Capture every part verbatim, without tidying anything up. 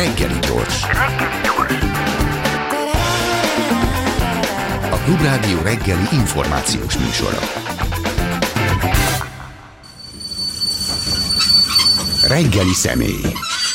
Reggeli gyors. A Klubrádió reggeli információs műsora. Reggeli személy.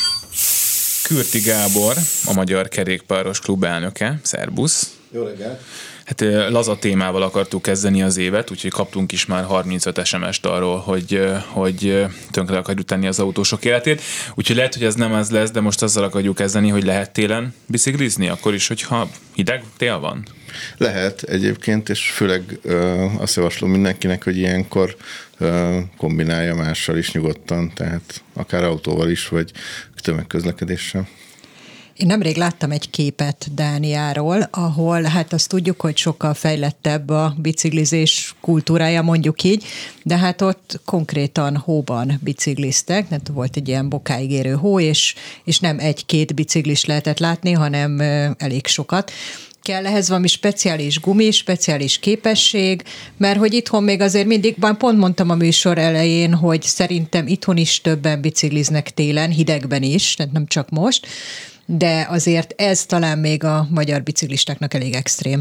Kürti Gábor, a Magyar Kerékpáros Klub elnöke. Szerbusz! Jó reggelt! Hát laza témával akartuk kezdeni az évet, úgyhogy kaptunk is már harmincöt es em est arról, hogy, hogy tönkre akarjuk tenni az autósok életét. Úgyhogy lehet, hogy ez nem az lesz, de most azzal akarjuk kezdeni, hogy lehet télen biciklizni, akkor is, hogyha hideg tél van? Lehet egyébként, és főleg ö, azt javaslom mindenkinek, hogy ilyenkor ö, kombinálja mással is nyugodtan, tehát akár autóval is, vagy tömegközlekedéssel. Én nemrég láttam egy képet Dániáról, ahol hát azt tudjuk, hogy sokkal fejlettebb a biciklizés kultúrája, mondjuk így, de hát ott konkrétan hóban bicikliztek, tehát volt egy ilyen bokáig érő hó, és, és nem egy-két biciklis lehetett látni, hanem elég sokat. Kell ehhez valami speciális gumi, speciális képesség, mert hogy itthon még azért mindig, pont mondtam a műsor elején, hogy szerintem itthon is többen bicikliznek télen, hidegben is, tehát nem csak most, de azért ez talán még a magyar biciklistáknak elég extrém.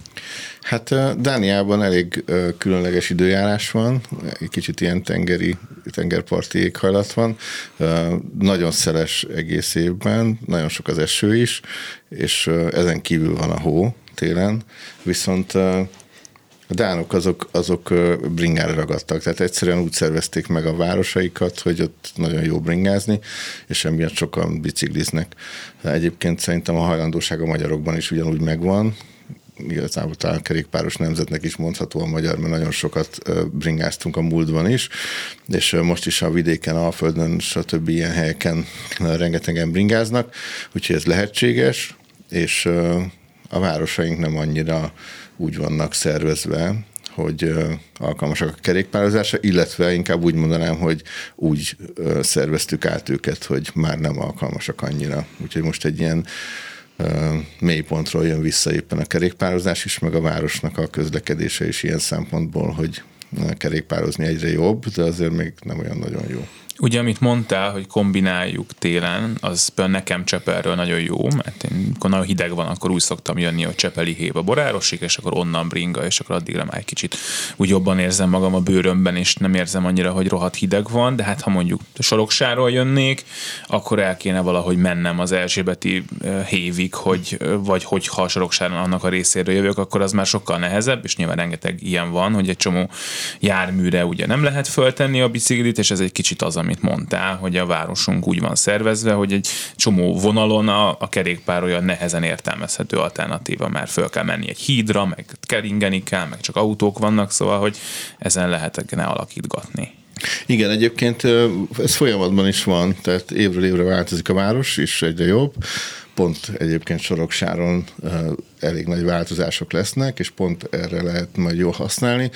Hát Dániában elég különleges időjárás van, egy kicsit ilyen tengeri, tengerparti éghajlat van, nagyon szeles egész évben, nagyon sok az eső is, és ezen kívül van a hó télen, viszont a dánok azok, azok bringára ragadtak, tehát egyszerűen úgy szervezték meg a városaikat, hogy ott nagyon jó bringázni, és emiatt sokan bicikliznek. Egyébként szerintem a hajlandóság a magyarokban is ugyanúgy megvan, igazából talán kerékpáros nemzetnek is mondható a magyar, mert nagyon sokat bringáztunk a múltban is, és most is a vidéken, Alföldön, stb. Ilyen helyeken rengetegen bringáznak, úgyhogy ez lehetséges, és a városaink nem annyira úgy vannak szervezve, hogy alkalmasak a kerékpározásra, illetve inkább úgy mondanám, hogy úgy szerveztük át őket, hogy már nem alkalmasak annyira. Úgyhogy most egy ilyen mélypontról jön vissza éppen a kerékpározás is, meg a városnak a közlekedése is ilyen szempontból, hogy kerékpározni egyre jobb, de azért még nem olyan nagyon jó. Ugye, amit mondtál, hogy kombináljuk télen, az például nekem Csepelről nagyon jó, mert én, amikor nagyon hideg van, akkor úgy szoktam jönni, hogy Csepeli hév a Borárosig, és akkor onnan bringa, és akkor addigra már egy kicsit úgy jobban érzem magam a bőrömben, és nem érzem annyira, hogy rohadt hideg van, de hát ha mondjuk Soroksáról jönnék, akkor el kéne valahogy mennem az Erzsébeti hévig, hogy, vagy hogyha a Soroksáron annak a részéről jövök, akkor az már sokkal nehezebb, és nyilván rengeteg ilyen van, hogy egy csomó járműre ugye nem lehet föltenni a biciklit, és ez egy kicsit az, amit mondtál, hogy a városunk úgy van szervezve, hogy egy csomó vonalon a, a kerékpár olyan nehezen értelmezhető alternatíva, mert föl kell menni egy hídra, meg keringeni kell, meg csak autók vannak, szóval, hogy ezen lehetne alakítgatni. Igen, egyébként ez folyamatban is van, tehát évről évre változik a város, és egyre jobb. Pont egyébként Soroksáron elég nagy változások lesznek, és pont erre lehet majd jól használni.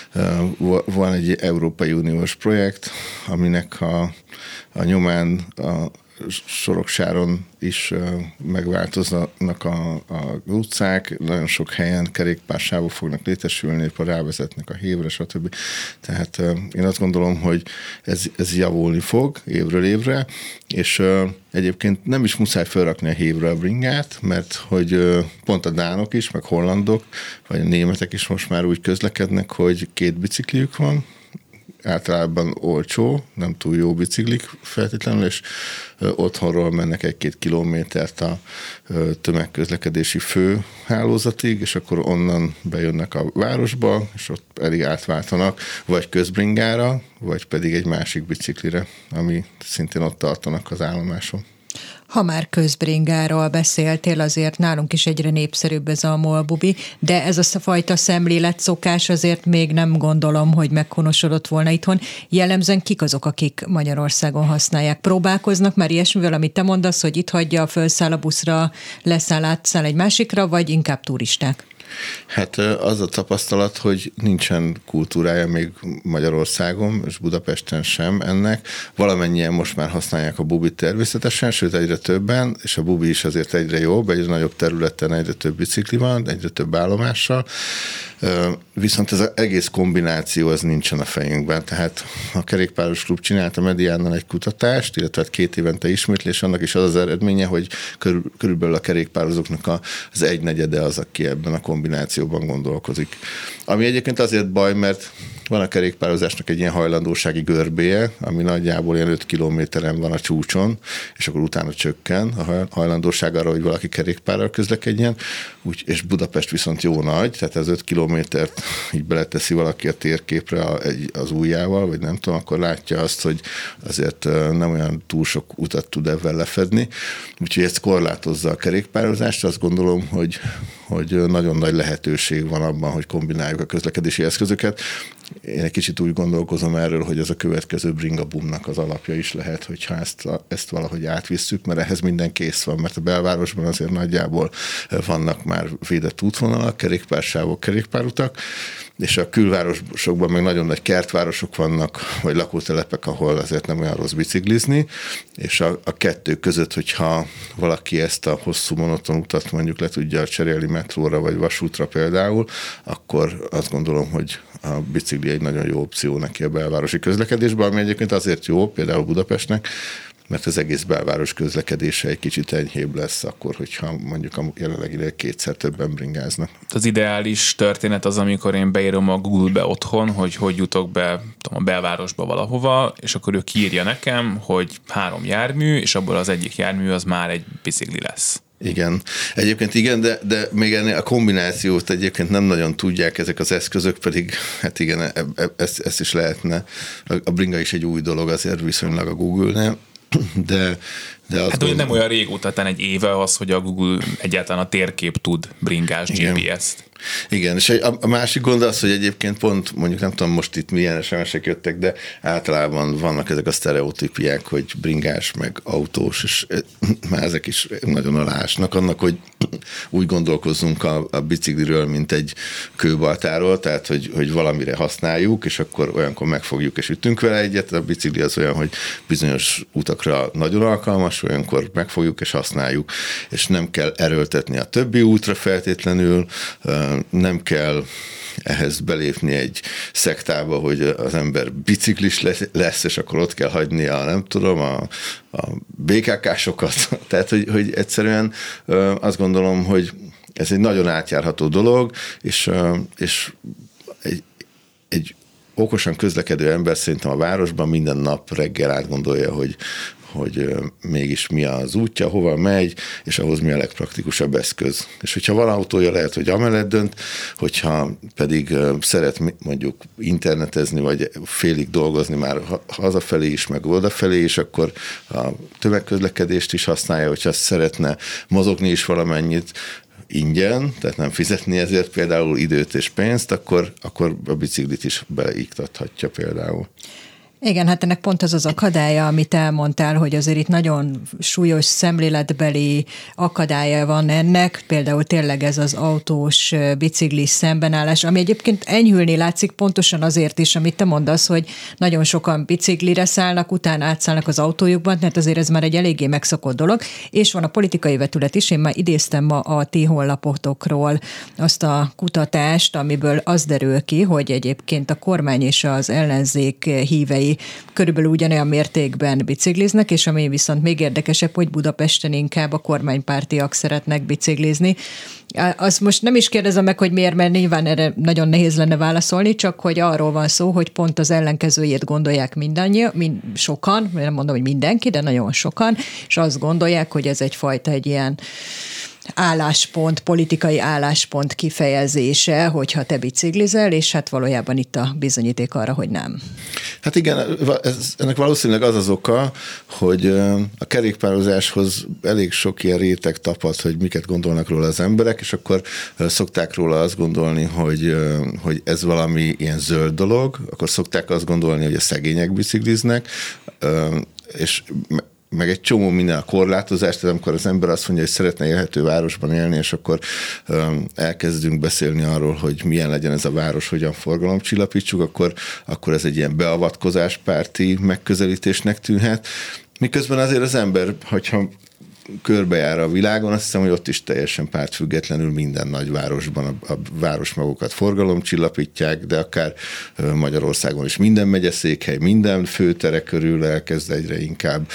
Van egy Európai Uniós projekt, aminek a, a nyomán a Soroksáron is megváltoznak a, a utcák, nagyon sok helyen kerékpársávok fognak létesülni, rávezetnek a hévre, stb. Tehát én azt gondolom, hogy ez, ez javulni fog évről évre, és egyébként nem is muszáj felrakni a hévre a bringát, mert hogy pont a dánok is, meg hollandok, vagy a németek is most már úgy közlekednek, hogy két bicikliük van, általában olcsó, nem túl jó biciklik feltétlenül, és otthonról mennek egy-két kilométert a tömegközlekedési főhálózatig, és akkor onnan bejönnek a városba, és ott pedig átváltanak, vagy közbringára, vagy pedig egy másik biciklire, ami szintén ott tartanak az állomáson. Ha már közbringáról beszéltél, azért nálunk is egyre népszerűbb ez a molbubi, de ez a fajta szemléletszokás azért még nem gondolom, hogy meghonosodott volna itthon. Jellemzően kik azok, akik Magyarországon használják? Próbálkoznak már ilyesmivel, amit te mondasz, hogy itt hagyja, fölszáll a buszra, leszáll, átszáll egy másikra, vagy inkább turisták? Hát az a tapasztalat, hogy nincsen kultúrája még Magyarországon, és Budapesten sem ennek. Valamennyien most már használják a bubit természetesen, sőt egyre többen, és a bubi is azért egyre jobb, egyre nagyobb területen egyre több bicikli van, egyre több állomással. viszont ez az egész kombináció az nincsen a fejünkben. Tehát a Kerékpáros Klub csinálta Mediánnal egy kutatást, illetve két évente ismétlés, annak is az az eredménye, hogy körül, körülbelül a kerékpározóknak az egynegyede az, aki ebben a kombinációban gondolkozik. Ami egyébként azért baj, mert van a kerékpározásnak egy ilyen hajlandósági görbéje, ami nagyjából ilyen öt kilométeren van a csúcson, és akkor utána csökken a hajlandóság arra, hogy valaki kerékpárral közlekedjen, úgy, és Budapest viszont jó nagy, tehát az öt kilométert így beleteszi valaki a térképre az ujjával, vagy nem tudom, akkor látja azt, hogy azért nem olyan túl sok utat tud ebben lefedni. Úgyhogy ezt korlátozza a kerékpározást. Azt gondolom, hogy, hogy nagyon nagy lehetőség van abban, hogy kombináljuk a közlekedési eszközöket. Én egy kicsit úgy gondolkozom erről, hogy ez a következő bringaboomnak az alapja is lehet, hogyha ezt, ezt valahogy átvisszük, mert ehhez minden kész van, mert a belvárosban azért nagyjából vannak már védett útvonalak, kerékpársávok, kerékpárutak, és a külvárosokban meg nagyon nagy kertvárosok vannak, vagy lakótelepek, ahol azért nem olyan rossz biciklizni, és a, a kettő között, hogyha valaki ezt a hosszú monoton utat mondjuk le tudja cserélni metróra, vagy vasútra például, akkor azt gondolom, hogy a bicikli egy nagyon jó opció neki a belvárosi közlekedésben, ami egyébként azért jó, például Budapestnek, mert az egész belváros közlekedése egy kicsit enyhébb lesz akkor, hogyha mondjuk a jelenlegileg kétszer többen bringáznak. Az ideális történet az, amikor én beírom a Google-be otthon, hogy hogy jutok be tudom, a belvárosba valahova, és akkor ő kiírja nekem, hogy három jármű, és abból az egyik jármű az már egy bicikli lesz. Igen. Egyébként igen, de, de még ennél a kombinációt egyébként nem nagyon tudják ezek az eszközök, pedig hát igen, e, e, ezt, ezt is lehetne. A bringa is egy új dolog azért viszonylag a Google-nél, de, de azt hát gondol... nem olyan régóta, talán egy éve az, hogy a Google egyáltalán a térkép tud bringás gé pé es-t. Igen, és a, a másik gond az, hogy egyébként pont, mondjuk nem tudom most itt milyen es em es-ek jöttek, de általában vannak ezek a sztereotípiák, hogy bringás, meg autós, és már ezek is nagyon alásnak annak, hogy úgy gondolkozzunk a, a bicikliről, mint egy kőbaltáról, tehát, hogy, hogy valamire használjuk, és akkor olyankor megfogjuk, és ütünk vele egyet. A bicikli az olyan, hogy bizonyos utakra nagyon alkalmas, olyankor megfogjuk, és használjuk, és nem kell erőltetni a többi útra feltétlenül, nem kell ehhez belépni egy szektába, hogy az ember biciklis lesz, és akkor ott kell hagynia, nem tudom, a, a bé ká ká-sokat. Tehát, hogy, hogy egyszerűen azt gondolom, hogy ez egy nagyon átjárható dolog, és, és egy, egy okosan közlekedő ember szerintem a városban minden nap reggel átgondolja, hogy hogy mégis mi az útja, hova megy, és ahhoz mi a legpraktikusabb eszköz. És hogyha van autója, lehet, hogy amellett dönt, hogyha pedig szeret mondjuk internetezni, vagy félig dolgozni már hazafelé is, meg odafelé is, akkor a tömegközlekedést is használja, hogyha szeretne mozogni is valamennyit, ingyen, tehát nem fizetni ezért például időt és pénzt, akkor, akkor a biciklit is beiktathatja például. Igen, hát ennek pont az az akadálya, amit elmondtál, hogy azért itt nagyon súlyos szemléletbeli akadálya van ennek, például tényleg ez az autós biciklis szembenállás, ami egyébként enyhülni látszik pontosan azért is, amit te mondasz, hogy nagyon sokan biciklire szállnak, utána átszállnak az autójukban, tehát azért ez már egy eléggé megszokott dolog, és van a politikai vetület is, én már idéztem ma a ti honlapotokról azt a kutatást, amiből az derül ki, hogy egyébként a kormány és az ellenzék hívei körülbelül ugyanolyan mértékben bicikliznek, és ami viszont még érdekesebb, hogy Budapesten inkább a kormánypártiak szeretnek biciklizni. Azt most nem is kérdezem meg, hogy miért, mert nyilván erre nagyon nehéz lenne válaszolni, csak hogy arról van szó, hogy pont az ellenkezőjét gondolják mindannyian, mind, sokan, nem mondom, hogy mindenki, de nagyon sokan, és azt gondolják, hogy ez egyfajta egy ilyen álláspont, politikai álláspont kifejezése, hogyha te biciklizel, és hát valójában itt a bizonyíték arra, hogy nem. Hát igen, ez, ennek valószínűleg az az oka, hogy a kerékpározáshoz elég sok ilyen réteg tapad, hogy miket gondolnak róla az emberek, és akkor szokták róla azt gondolni, hogy, hogy ez valami ilyen zöld dolog, akkor szokták azt gondolni, hogy a szegények bicikliznek, és meg egy csomó minden a korlátozás, tehát amikor az ember azt mondja, hogy szeretne élhető városban élni, és akkor um, elkezdünk beszélni arról, hogy milyen legyen ez a város, hogyan forgalomcsillapítsuk, akkor, akkor ez egy ilyen beavatkozáspárti megközelítésnek tűnhet. Miközben azért az ember, hogyha körbejár a világon, azt hiszem, hogy ott is teljesen pártfüggetlenül minden nagyvárosban a, a városmagokat forgalomcsillapítják, de akár Magyarországon is minden megyeszékhely, minden főtere körül elkezd egyre inkább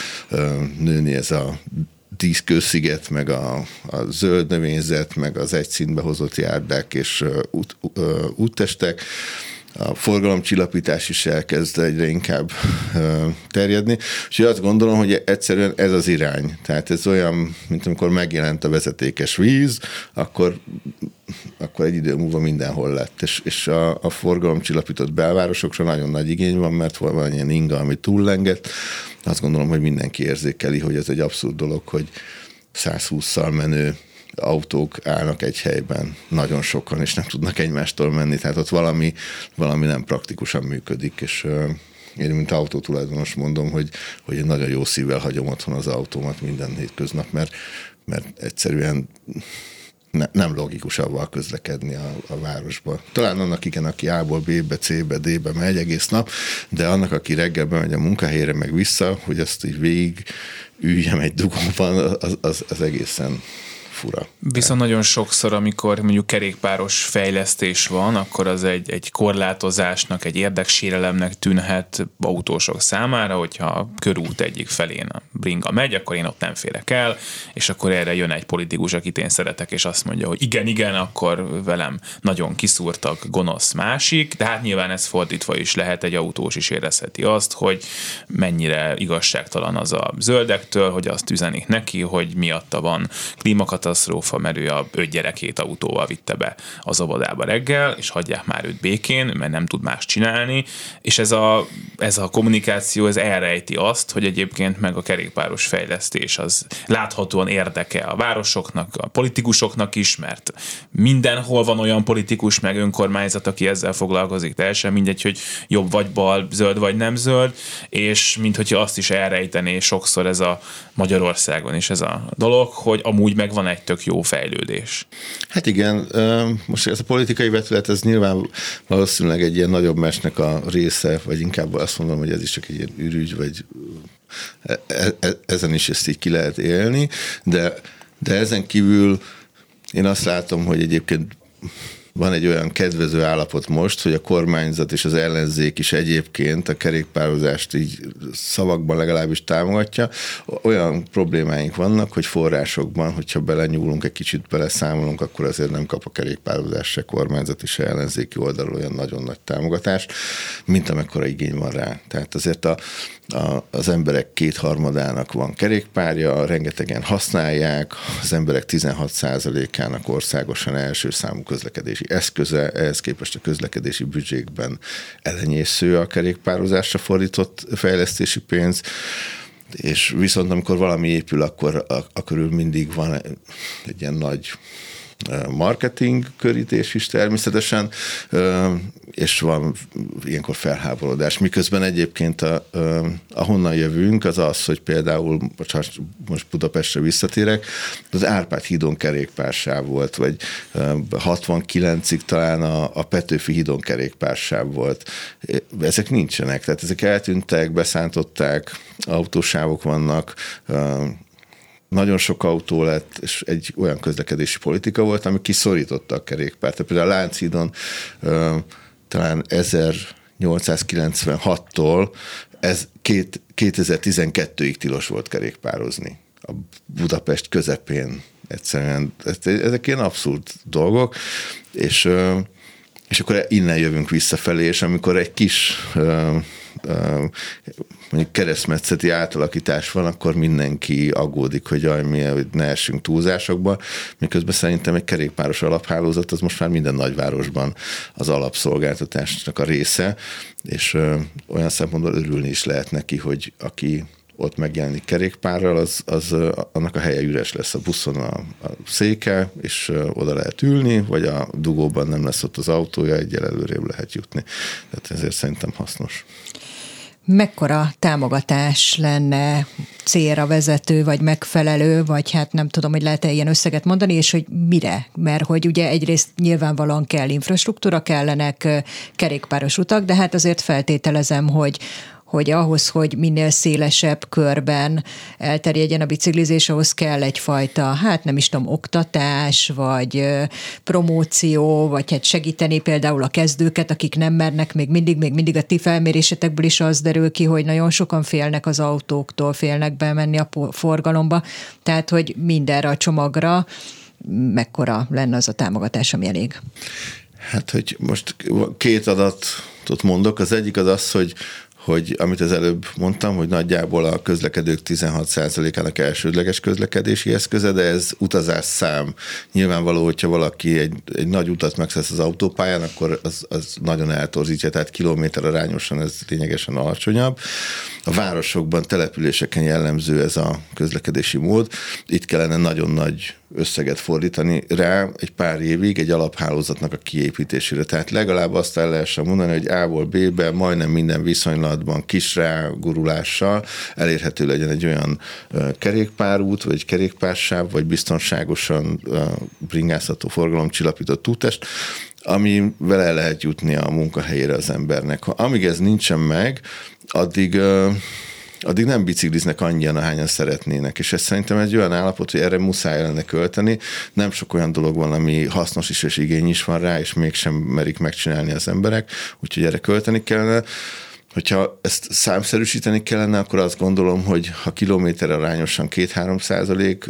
nőni ez a díszkősziget, meg a, a zöld növényzet, meg az egy színbe hozott járdák és út, úttestek. A forgalomcsillapítás is elkezd egyre inkább terjedni. És azt gondolom, hogy egyszerűen ez az irány. Tehát ez olyan, mint amikor megjelent a vezetékes víz, akkor, akkor egy idő múlva mindenhol lett. És, és a, a forgalomcsillapított belvárosokra nagyon nagy igény van, mert van ilyen inga, ami túllengett. Azt gondolom, hogy mindenki érzékeli, hogy ez egy abszurd dolog, hogy százhússzal menő autók állnak egy helyben, nagyon sokan, és nem tudnak egymástól menni, tehát ott valami, valami nem praktikusan működik, és uh, én, mint autótulajdonos mondom, hogy, hogy én nagyon jó szívvel hagyom otthon az autómat minden hétköznap, mert, mert egyszerűen ne, nem logikus avval közlekedni a, a városba. Talán annak igen, aki A-ból B-be, C-be, D-be megy egész nap, de annak, aki reggel bemegy a munkahelyre meg vissza, hogy azt így végig üljem egy dugóban, az, az, az egészen fura. Viszont nagyon sokszor, amikor mondjuk kerékpáros fejlesztés van, akkor az egy, egy korlátozásnak, egy érdeksérelemnek tűnhet autósok számára, hogyha a körút egyik felén a bringa megy, akkor én ott nem férek el, és akkor erre jön egy politikus, akit én szeretek, és azt mondja, hogy igen, igen, akkor velem nagyon kiszúrtak gonosz másik, de hát nyilván ez fordítva is lehet, egy autós is érezheti azt, hogy mennyire igazságtalan az a zöldektől, hogy azt üzenik neki, hogy miatta van klímakatasztrófa, mert ő a öt gyerekét autóval vitte be az óvodába reggel, és hagyják már őt békén, mert nem tud más csinálni, és ez a, ez a kommunikáció, ez elrejti azt, hogy egyébként meg a kerékpáros fejlesztés az láthatóan érdeke a városoknak, a politikusoknak is, mert mindenhol van olyan politikus, meg önkormányzat, aki ezzel foglalkozik, teljesen mindegy, hogy jobb vagy bal, zöld vagy nem zöld, és minthogyha azt is elrejtené sokszor ez a Magyarországon is ez a dolog, hogy amúgy meg van egy tök jó fejlődés. Hát igen, most ez a politikai vetület, ez nyilván valószínűleg egy ilyen nagyobb mesnek a része, vagy inkább azt mondom, hogy ez is csak egy ilyen ürügy, vagy ezen is ezt így ki lehet élni, de, de ezen kívül én azt látom, hogy egyébként van egy olyan kedvező állapot most, hogy a kormányzat és az ellenzék is egyébként a kerékpározást így szavakban legalábbis támogatja. Olyan problémáink vannak, hogy forrásokban, hogyha belenyúlunk, egy kicsit beleszámolunk, akkor azért nem kap a kerékpározás se kormányzati, se ellenzéki oldalról olyan nagyon nagy támogatást, mint amekkora igény van rá. Tehát azért a, a, az emberek kétharmadának van kerékpárja, rengetegen használják, az emberek tizenhat százalékának országosan első számú közlekedési eszköze, ehhez képest a közlekedési büdzsékben elenyésző a kerékpározásra fordított fejlesztési pénz, és viszont amikor valami épül, akkor a, a körül mindig van egy ilyen nagy marketing körítés is természetesen, és van ilyenkor felháborodás. Miközben egyébként a, ahonnan jövünk, az az, hogy például, most Budapestre visszatérek, az Árpád hídon kerékpársáv volt, vagy hatvankilencig talán a, a Petőfi hídon kerékpársáv volt. Ezek nincsenek, tehát ezek eltűntek, beszántották, autósávok vannak, nagyon sok autó lett, és egy olyan közlekedési politika volt, ami kiszorította a kerékpárt. Tehát például a Lánchídon talán ezernyolcszázkilencvenhattól ez két, kétezer-tizenkettőig tilos volt kerékpározni. A Budapest közepén egyszerűen. Ezek ilyen abszurd dolgok, és, és akkor innen jövünk visszafelé, és amikor egy kis mondjuk keresztmetszeti átalakítás van, akkor mindenki aggódik, hogy jaj, mi, hogy ne essünk túlzásokba, miközben szerintem egy kerékpáros alaphálózat az most már minden nagyvárosban az alapszolgáltatásnak a része, és ö, olyan szempontból örülni is lehet neki, hogy aki ott megjelenik kerékpárral, az, az annak a helye üres lesz a buszon a, a széke, és oda lehet ülni, vagy a dugóban nem lesz ott az autója, egyel előrébb lehet jutni. Tehát ezért szerintem hasznos. Mekkora támogatás lenne célra vezető, vagy megfelelő, vagy hát nem tudom, hogy lehet-e ilyen összeget mondani, és hogy mire? Mert hogy ugye egyrészt nyilvánvalóan kell infrastruktúra, kellenek kerékpáros utak, de hát azért feltételezem, hogy hogy ahhoz, hogy minél szélesebb körben elterjedjen a biciklizés, ahhoz kell egyfajta, hát nem is tudom, oktatás, vagy promóció, vagy hát segíteni például a kezdőket, akik nem mernek, még mindig, még mindig a ti felmérésetekből is az derül ki, hogy nagyon sokan félnek az autóktól, félnek bemenni a forgalomba, tehát, hogy mindenre a csomagra mekkora lenne az a támogatás, ami elég? Hát, hogy most két adatot mondok. Az egyik az az, hogy hogy amit az előbb mondtam, hogy nagyjából a közlekedők tizenhat százalékának elsődleges közlekedési eszköze, de ez utazásszám. Nyilvánvaló, hogyha valaki egy, egy nagy utat megszesz az autópályán, akkor az, az nagyon eltorzítja, tehát kilométer arányosan ez lényegesen alacsonyabb. A városokban, településeken jellemző ez a közlekedési mód. Itt kellene nagyon nagy összeget fordítani rá egy pár évig egy alaphálózatnak a kiépítésére. Tehát legalább azt el lehessen mondani, hogy A-ból B-be majdnem minden viszonylatban kis rágurulással elérhető legyen egy olyan kerékpárút, vagy kerékpársáv, vagy biztonságosan bringázható forgalomcsillapított úttest, amivel el lehet jutni a munkahelyére az embernek. Amíg ez nincsen meg, addig addig nem bicikliznek annyian, ahányan szeretnének. És ez szerintem egy olyan állapot, hogy erre muszáj lenne költeni. Nem sok olyan dolog van, ami hasznos is és igény is van rá, és mégsem merik megcsinálni az emberek, úgyhogy erre költeni kellene. Hogyha ezt számszerűsíteni kellene, akkor azt gondolom, hogy ha kilométer arányosan két-három százalék,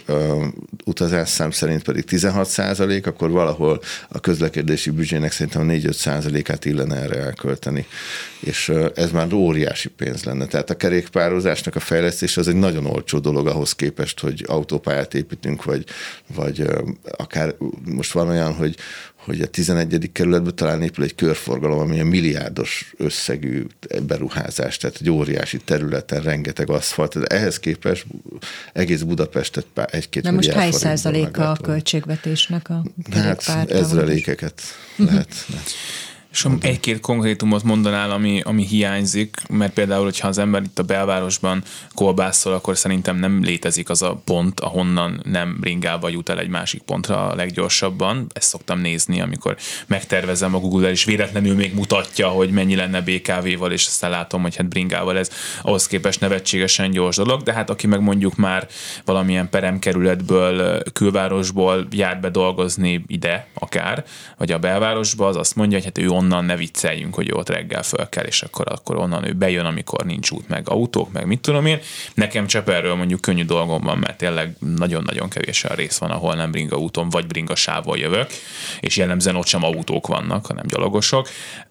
utazásszám szerint pedig tizenhat százalék, akkor valahol a közlekedési büdzsének szerintem a négy-öt százalékát illene erre elkölteni. És ez már óriási pénz lenne. Tehát a kerékpározásnak a fejlesztése az egy nagyon olcsó dolog ahhoz képest, hogy autópályát építünk, vagy, vagy akár most van olyan, hogy hogy a tizenegyedik kerületben talán épül egy körforgalom, ami a milliárdos összegű beruházás, tehát egy óriási területen rengeteg aszfalt. Ehhez képest egész Budapestet egy-két de milliárd most hány százaléka a költségvetésnek a Hát ezrelékeket lehet. És egy-két konkrétumot mondanál, ami, ami hiányzik, mert például, hogyha az ember itt a belvárosban kolbászol, akkor szerintem nem létezik az a pont, ahonnan nem bringával jut el egy másik pontra a leggyorsabban. Ezt szoktam nézni, amikor megtervezem a Google-el, és véletlenül még mutatja, hogy mennyi lenne bé ká vé-val, és aztán látom, hogy hát bringával ez ahhoz képest nevetségesen gyors dolog, de hát aki meg mondjuk már valamilyen peremkerületből, külvárosból jár be dolgozni ide akár, vagy a belvárosba, az azt mondja, hogy hát ő onnan ne vicceljünk, hogy ott reggel föl kell, és akkor, akkor onnan ő bejön, amikor nincs út, meg autók, meg mit tudom én. Nekem Cseperről mondjuk könnyű dolgom van, mert tényleg nagyon-nagyon kevés a rész van, ahol nem bringa úton, vagy bringa sávval jövök, és jellemzően ott sem autók vannak, hanem gyalogosok.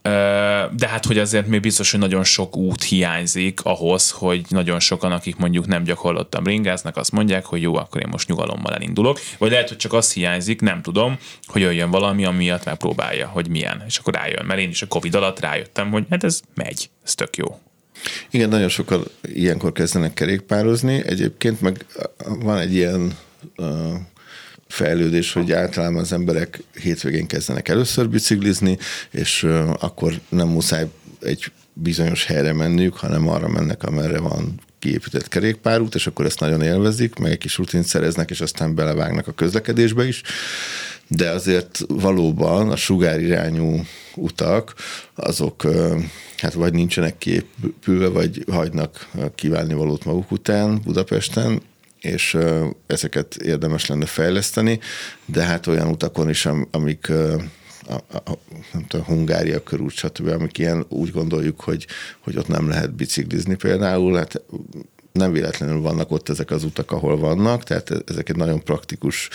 De hát, hogy azért még biztos, hogy nagyon sok út hiányzik ahhoz, hogy nagyon sokan, akik mondjuk nem gyakorlottan bringáznak, azt mondják, hogy jó, akkor én most nyugalommal elindulok. Vagy lehet, hogy csak az hiányzik, nem tudom, hogy jöjjön valami, ami miatt megpróbálja, hogy milyen, és akkor rájön. Mert én is a Covid alatt rájöttem, hogy hát ez megy, ez tök jó. Igen, nagyon sokan ilyenkor kezdenek kerékpározni. Egyébként meg van egy ilyen uh, fejlődés, hogy általában az emberek hétvégén kezdenek először biciklizni, és uh, akkor nem muszáj egy bizonyos helyre menniük, hanem arra mennek, amerre van kiépített kerékpárút, és akkor ezt nagyon élvezik, meg egy kis rutint szereznek, és aztán belevágnak a közlekedésbe is. De azért valóban a sugárirányú utak, azok hát vagy nincsenek kiépülve, vagy hagynak kívánni valót maguk után Budapesten, és ezeket érdemes lenne fejleszteni, de hát olyan utakon is, amik a, a, nem tudom, Hungária körút, stb., amik ilyen úgy gondoljuk, hogy, hogy ott nem lehet biciklizni például, hát nem véletlenül vannak ott ezek az utak, ahol vannak, tehát ezek egy nagyon praktikus,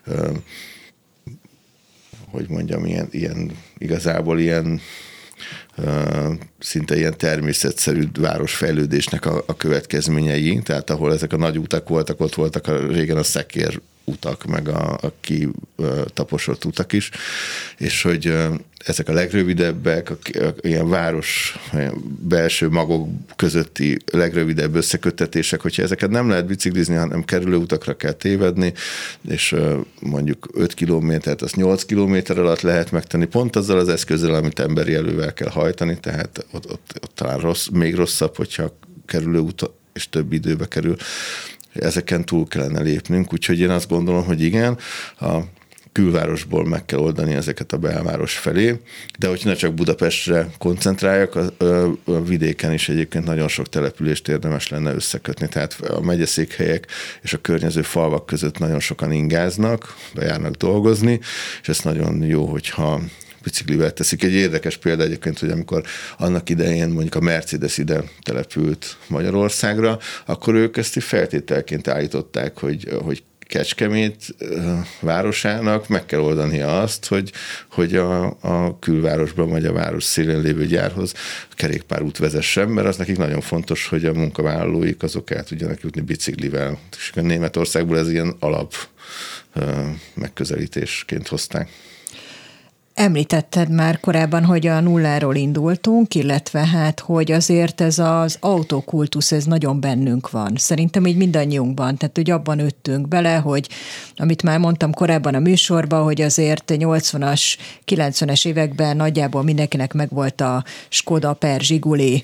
hogy mondjam, ilyen, ilyen igazából ilyen szinte ilyen természetszerű városfejlődésnek a, a következményei, tehát ahol ezek a nagy utak voltak, ott voltak a, régen a szekér utak, meg a, a kitaposott utak is, és hogy ezek a legrövidebbek, a, a, ilyen város belső magok közötti legrövidebb összeköttetések, hogyha ezeket nem lehet biciklizni, hanem kerülőutakra kell tévedni, és mondjuk öt kilométert, azt nyolc kilométer alatt lehet megtenni, pont azzal az eszközzel, amit emberi elővel kell hajtani, tehát ott, ott, ott talán rossz, még rosszabb, hogyha kerülőút és több időbe kerül. Ezeken túl kellene lépnünk, úgyhogy én azt gondolom, hogy igen, a külvárosból meg kell oldani ezeket a belváros felé, de hogy ne csak Budapestre koncentráljak, a, a vidéken is egyébként nagyon sok települést érdemes lenne összekötni, tehát a megyeszékhelyek és a környező falvak között nagyon sokan ingáznak, bejárnak dolgozni, és ez nagyon jó, hogyha biciklivel teszik. Egy érdekes példa egyébként, hogy amikor annak idején mondjuk a Mercedes ide települt Magyarországra, akkor ők ezt feltételként állították, hogy, hogy Kecskemét városának meg kell oldania azt, hogy, hogy a, a külvárosban vagy a város szélén lévő gyárhoz kerékpárút vezessen, mert az nekik nagyon fontos, hogy a munkavállalóik azok el tudjanak jutni biciklivel. És a Németországból ez ilyen alap megközelítésként hozták. Említetted már korábban, hogy a nulláról indultunk, illetve hát, hogy azért ez az autókultusz, ez nagyon bennünk van. Szerintem így mindannyiunkban, tehát hogy abban öttünk bele, hogy amit már mondtam korábban a műsorban, hogy azért nyolcvanas, kilencvenes években nagyjából mindenkinek megvolt a Skoda, Per, Zsiguli,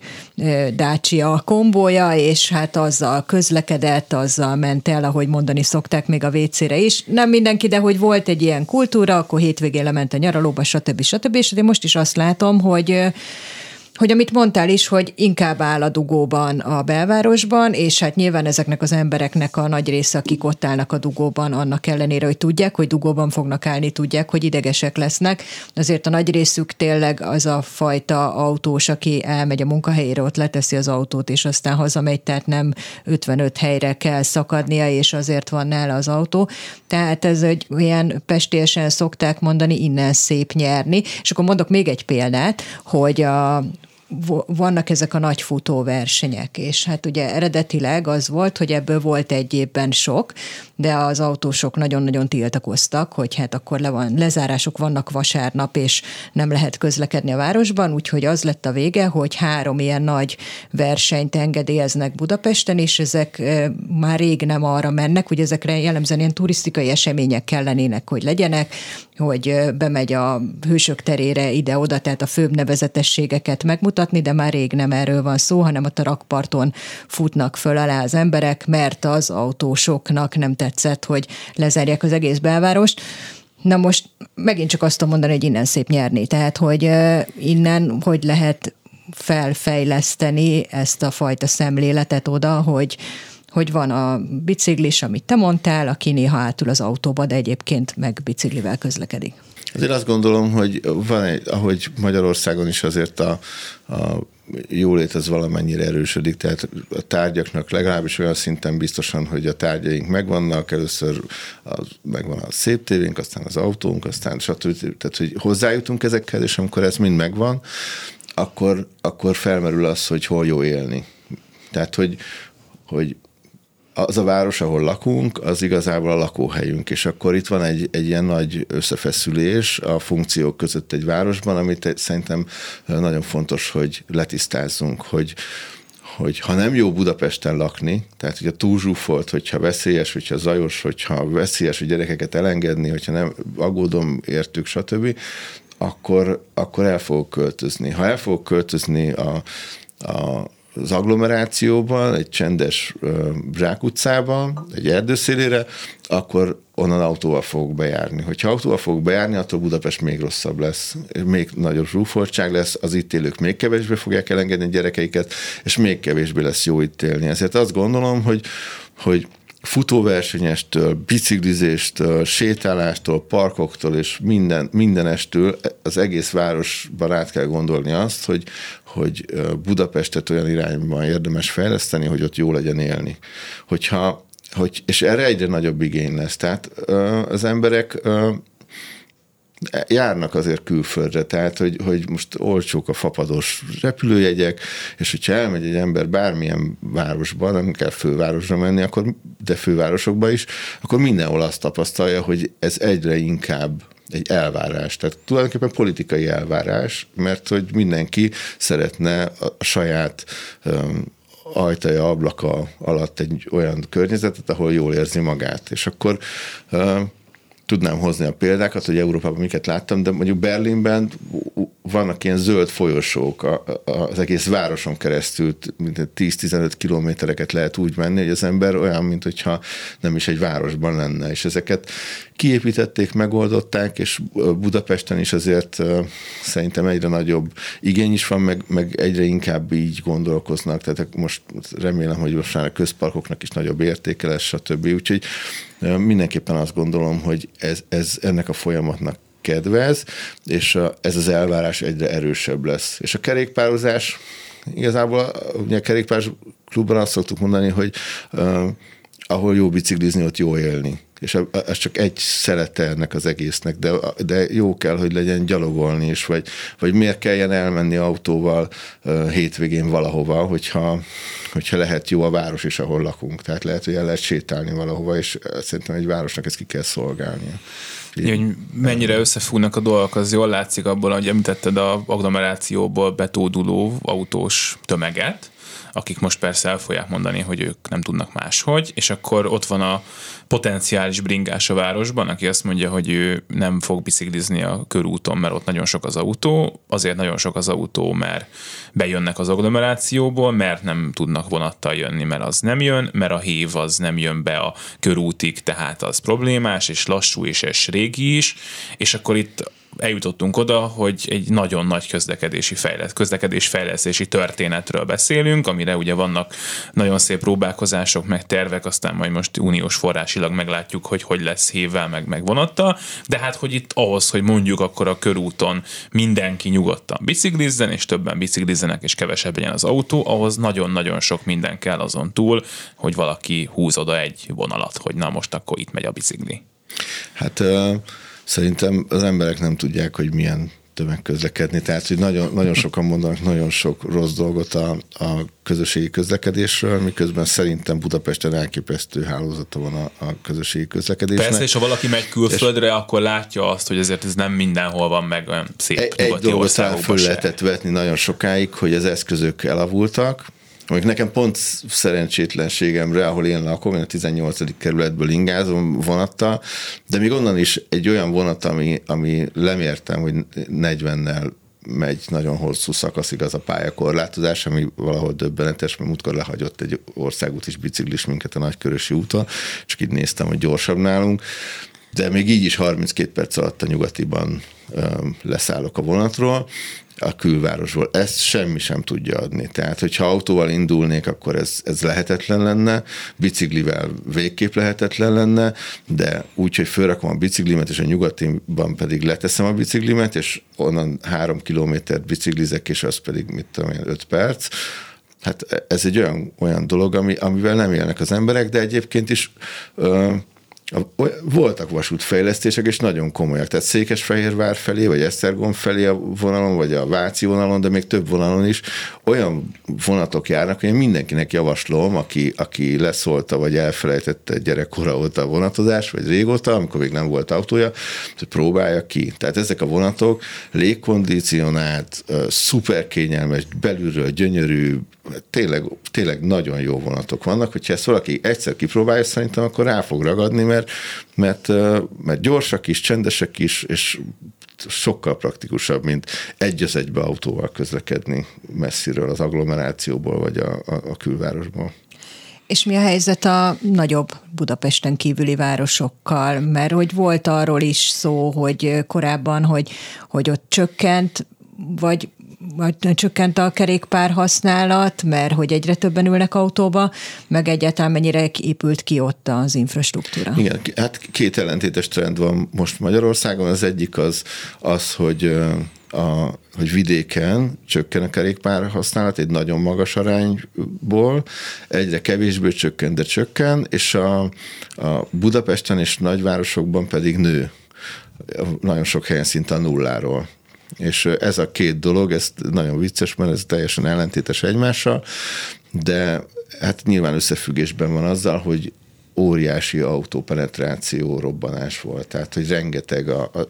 Dacia kombója, és hát azzal közlekedett, azzal ment el, ahogy mondani szokták, még a vécére is. Nem mindenki, de hogy volt egy ilyen kultúra, akkor hétvégén lement a nyaralóba, stb. stb. És én most is azt látom, hogy, hogy amit mondtál is, hogy inkább áll a dugóban a belvárosban, és hát nyilván ezeknek az embereknek a nagy része, akik ott állnak a dugóban, annak ellenére, hogy tudják, hogy dugóban fognak állni, tudják, hogy idegesek lesznek. Azért a nagy részük tényleg az a fajta autós, aki elmegy a munkahelyére, ott leteszi az autót, és aztán hazamegy, tehát nem ötvenöt helyre kell szakadnia, és azért van nála az autó. Tehát ez egy ilyen pestélyesen szokták mondani, innen szép nyerni. És akkor mondok még egy példát, hogy a vannak ezek a nagy futóversenyek, és hát ugye eredetileg az volt, hogy ebből volt egy évben sok, de az autósok nagyon-nagyon tiltakoztak, hogy hát akkor le van, lezárások vannak vasárnap, és nem lehet közlekedni a városban, úgyhogy az lett a vége, hogy három ilyen nagy versenyt engedélyeznek Budapesten, és ezek már rég nem arra mennek, hogy ezekre jellemzően ilyen turisztikai események kellenének, hogy legyenek, hogy bemegy a Hősök terére ide-oda, tehát a főbb nevezetességeket megmutatni, de már rég nem erről van szó, hanem a rakparton futnak föl alá az emberek, mert az autósoknak nem tetszett, hogy lezárják az egész belvárost. Na most megint csak azt tudom mondani, hogy innen szép nyerni. Tehát, hogy innen hogy lehet felfejleszteni ezt a fajta szemléletet oda, hogy hogy van a biciklis, amit te mondtál, aki néha átül az autóba, de egyébként meg biciklivel közlekedik. Azért azt gondolom, hogy van egy, ahogy Magyarországon is azért a, a jólét az valamennyire erősödik, tehát a tárgyaknak legalábbis olyan szinten biztosan, hogy a tárgyaink megvannak, először az, megvan a szép tévénk, aztán az autónk, aztán stb. Tehát, hogy hozzájutunk ezekkel, és amikor ez mind megvan, akkor, akkor felmerül az, hogy hol jó élni. Tehát, hogy, hogy az a város, ahol lakunk, az igazából a lakóhelyünk, és akkor itt van egy, egy ilyen nagy összefeszülés a funkciók között egy városban, amit szerintem nagyon fontos, hogy letisztázzunk, hogy, hogy ha nem jó Budapesten lakni, tehát hogyha túl zsúfolt, hogyha veszélyes, hogyha zajos, hogyha veszélyes, hogy gyerekeket elengedni, hogyha nem aggódom értük, stb., akkor, akkor el fogok költözni. Ha el fogok költözni a, a az agglomerációban, egy csendes zsákutcában, egy erdőszélére, akkor onnan autóval fogok bejárni. Hogyha autóval fogok bejárni, attól Budapest még rosszabb lesz, még nagyobb zsúfoltság lesz, az itt élők még kevésbé fogják elengedni a gyerekeiket, és még kevésbé lesz jó itt élni. Ezért azt gondolom, hogy, hogy futóversenyestől, biciklizéstől, sétálástól, parkoktól és minden, mindenestől az egész városban át kell gondolni azt, hogy, hogy Budapestet olyan irányban érdemes fejleszteni, hogy ott jó legyen élni. Hogyha, hogy, és erre egyre nagyobb igény lesz. Tehát az emberek járnak azért külföldre, tehát hogy, hogy most olcsók a fapados repülőjegyek, és hogyha elmegy egy ember bármilyen városba, nem kell fővárosra menni, akkor, de fővárosokba is, akkor mindenhol azt tapasztalja, hogy ez egyre inkább egy elvárás, tehát tulajdonképpen politikai elvárás, mert hogy mindenki szeretne a saját um, ajtaja, ablaka alatt egy olyan környezetet, ahol jól érzi magát, és akkor um, tudnám hozni a példákat, hogy Európában miket láttam, de mondjuk Berlinben vannak ilyen zöld folyosók a, a, az egész városon keresztül, mint tíz-tizenöt kilométereket lehet úgy menni, hogy az ember olyan, mint hogyha nem is egy városban lenne, és ezeket kiépítették, megoldották, és Budapesten is azért uh, szerintem egyre nagyobb igény is van, meg, meg egyre inkább így gondolkoznak, tehát most remélem, hogy most már a közparkoknak is nagyobb értéke lesz, stb. Úgyhogy uh, mindenképpen azt gondolom, hogy ez, ez ennek a folyamatnak kedvez, és ez az elvárás egyre erősebb lesz. És a kerékpározás, igazából ugye a kerékpáros klubban azt szoktuk mondani, hogy uh, ahol jó biciklizni, ott jó élni. És ez csak egy szelete ennek az egésznek, de, de jó kell, hogy legyen gyalogolni is, vagy, vagy miért kelljen elmenni autóval uh, hétvégén valahova, hogyha, hogyha lehet jó a város is, ahol lakunk. Tehát lehet, hogy el lehet sétálni valahova, és szerintem egy városnak ezt ki kell szolgálnia. Így, hogy mennyire összefúrnak a dolgok, az jól látszik abból, hogy említetted a agglomerációból betóduló autós tömeget, akik most persze el fogják mondani, hogy ők nem tudnak máshogy, és akkor ott van a potenciális bringás a városban, aki azt mondja, hogy ő nem fog biciklizni a körúton, mert ott nagyon sok az autó, azért nagyon sok az autó, mert bejönnek az agglomerációból, mert nem tudnak vonattal jönni, mert az nem jön, mert a hév az nem jön be a körútig, tehát az problémás, és lassú, és és régi is, és akkor itt eljutottunk oda, hogy egy nagyon nagy közlekedési fejlesz, közlekedésfejlesztési történetről beszélünk, amire ugye vannak nagyon szép próbálkozások, meg tervek, aztán majd most uniós forrásilag meglátjuk, hogy hogy lesz hévvel, meg, meg vonattal, de hát, hogy itt ahhoz, hogy mondjuk akkor a körúton mindenki nyugodtan biciklizzen, és többen biciklizzenek, és kevesebb legyen az autó, ahhoz nagyon-nagyon sok minden kell azon túl, hogy valaki húz oda egy vonalat, hogy na most akkor itt megy a bicikli. Hát... Uh... Szerintem az emberek nem tudják, hogy milyen tömegközlekedni. Tehát, hogy nagyon, nagyon sokan mondanak nagyon sok rossz dolgot a, a közösségi közlekedésről, miközben szerintem Budapesten elképesztő hálózata van a, a közösségi közlekedésnek. Persze, és ha valaki megy külföldre, és akkor látja azt, hogy ezért ez nem mindenhol van meg olyan szép egy, nyugati egy dolgot országokban föl lehetett vetni nagyon sokáig, hogy az eszközök elavultak. Amik nekem pont szerencsétlenségemre, ahol én lakom, én a tizennyolcadik kerületből ingázom vonattal, de még onnan is egy olyan vonat, ami, ami lemértem, hogy negyvennel megy nagyon hosszú szakaszig az a pályakorlátozás, ami valahol döbbenetes, mert múltkor lehagyott egy országút is biciklis minket a Nagykörösi úton, csak így néztem, hogy gyorsabb nálunk, de még így is harminckét perc alatt a nyugatiban öm, leszállok a vonatról, a külvárosból. Ezt semmi sem tudja adni. Tehát, hogyha autóval indulnék, akkor ez, ez lehetetlen lenne, biciklivel végképp lehetetlen lenne, de úgy, hogy fölrakom a biciklimet, és a nyugatiban pedig leteszem a biciklimet, és onnan három kilométert biciklizek, és az pedig, mit tudom én, öt perc. Hát ez egy olyan, olyan dolog, ami, amivel nem élnek az emberek, de egyébként is ö, voltak vasútfejlesztések, és nagyon komolyak. Tehát Székesfehérvár felé, vagy Esztergom felé a vonalon, vagy a Váci vonalon, de még több vonalon is olyan vonatok járnak, hogy én mindenkinek javaslom, aki, aki leszólta, vagy elfelejtette gyerekkora óta a vonatozás, vagy régóta, amikor még nem volt autója, hogy próbálja ki. Tehát ezek a vonatok légkondicionált, szuper kényelmes, belülről gyönyörű, tényleg, tényleg nagyon jó vonatok vannak, hogyha ezt valaki egyszer kipróbálja, szerintem akkor rá fog ragadni, mert, mert, mert gyorsak is, csendesek is, és sokkal praktikusabb, mint egy az egybe autóval közlekedni messziről az agglomerációból, vagy a, a, a külvárosból. És mi a helyzet a nagyobb Budapesten kívüli városokkal? Mert hogy volt arról is szó, hogy korábban, hogy, hogy ott csökkent, vagy vagy csökkent a kerékpár használat, mert hogy egyre többen ülnek autóba, meg egyáltalán mennyire épült ki ott az infrastruktúra. Igen, hát két ellentétes trend van most Magyarországon. Az egyik az, az hogy, a, hogy vidéken csökken a kerékpár használat egy nagyon magas arányból, egyre kevésbé csökken, de csökken, és a, a Budapesten és nagyvárosokban pedig nő. Nagyon sok helyen szinte a nulláról. És ez a két dolog, ez nagyon vicces, mert ez teljesen ellentétes egymással, de hát nyilván összefüggésben van azzal, hogy óriási autópenetráció, robbanás volt. Tehát, hogy rengeteg, a, a, a,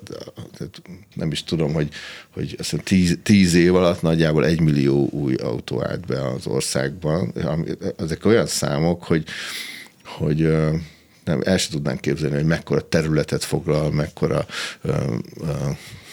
nem is tudom, hogy, hogy azt hiszem tíz, tíz év alatt nagyjából egy millió új autó állt be az országban. Ezek olyan számok, hogy, hogy nem, el sem tudnánk képzelni, hogy mekkora területet foglal, mekkora ö, ö,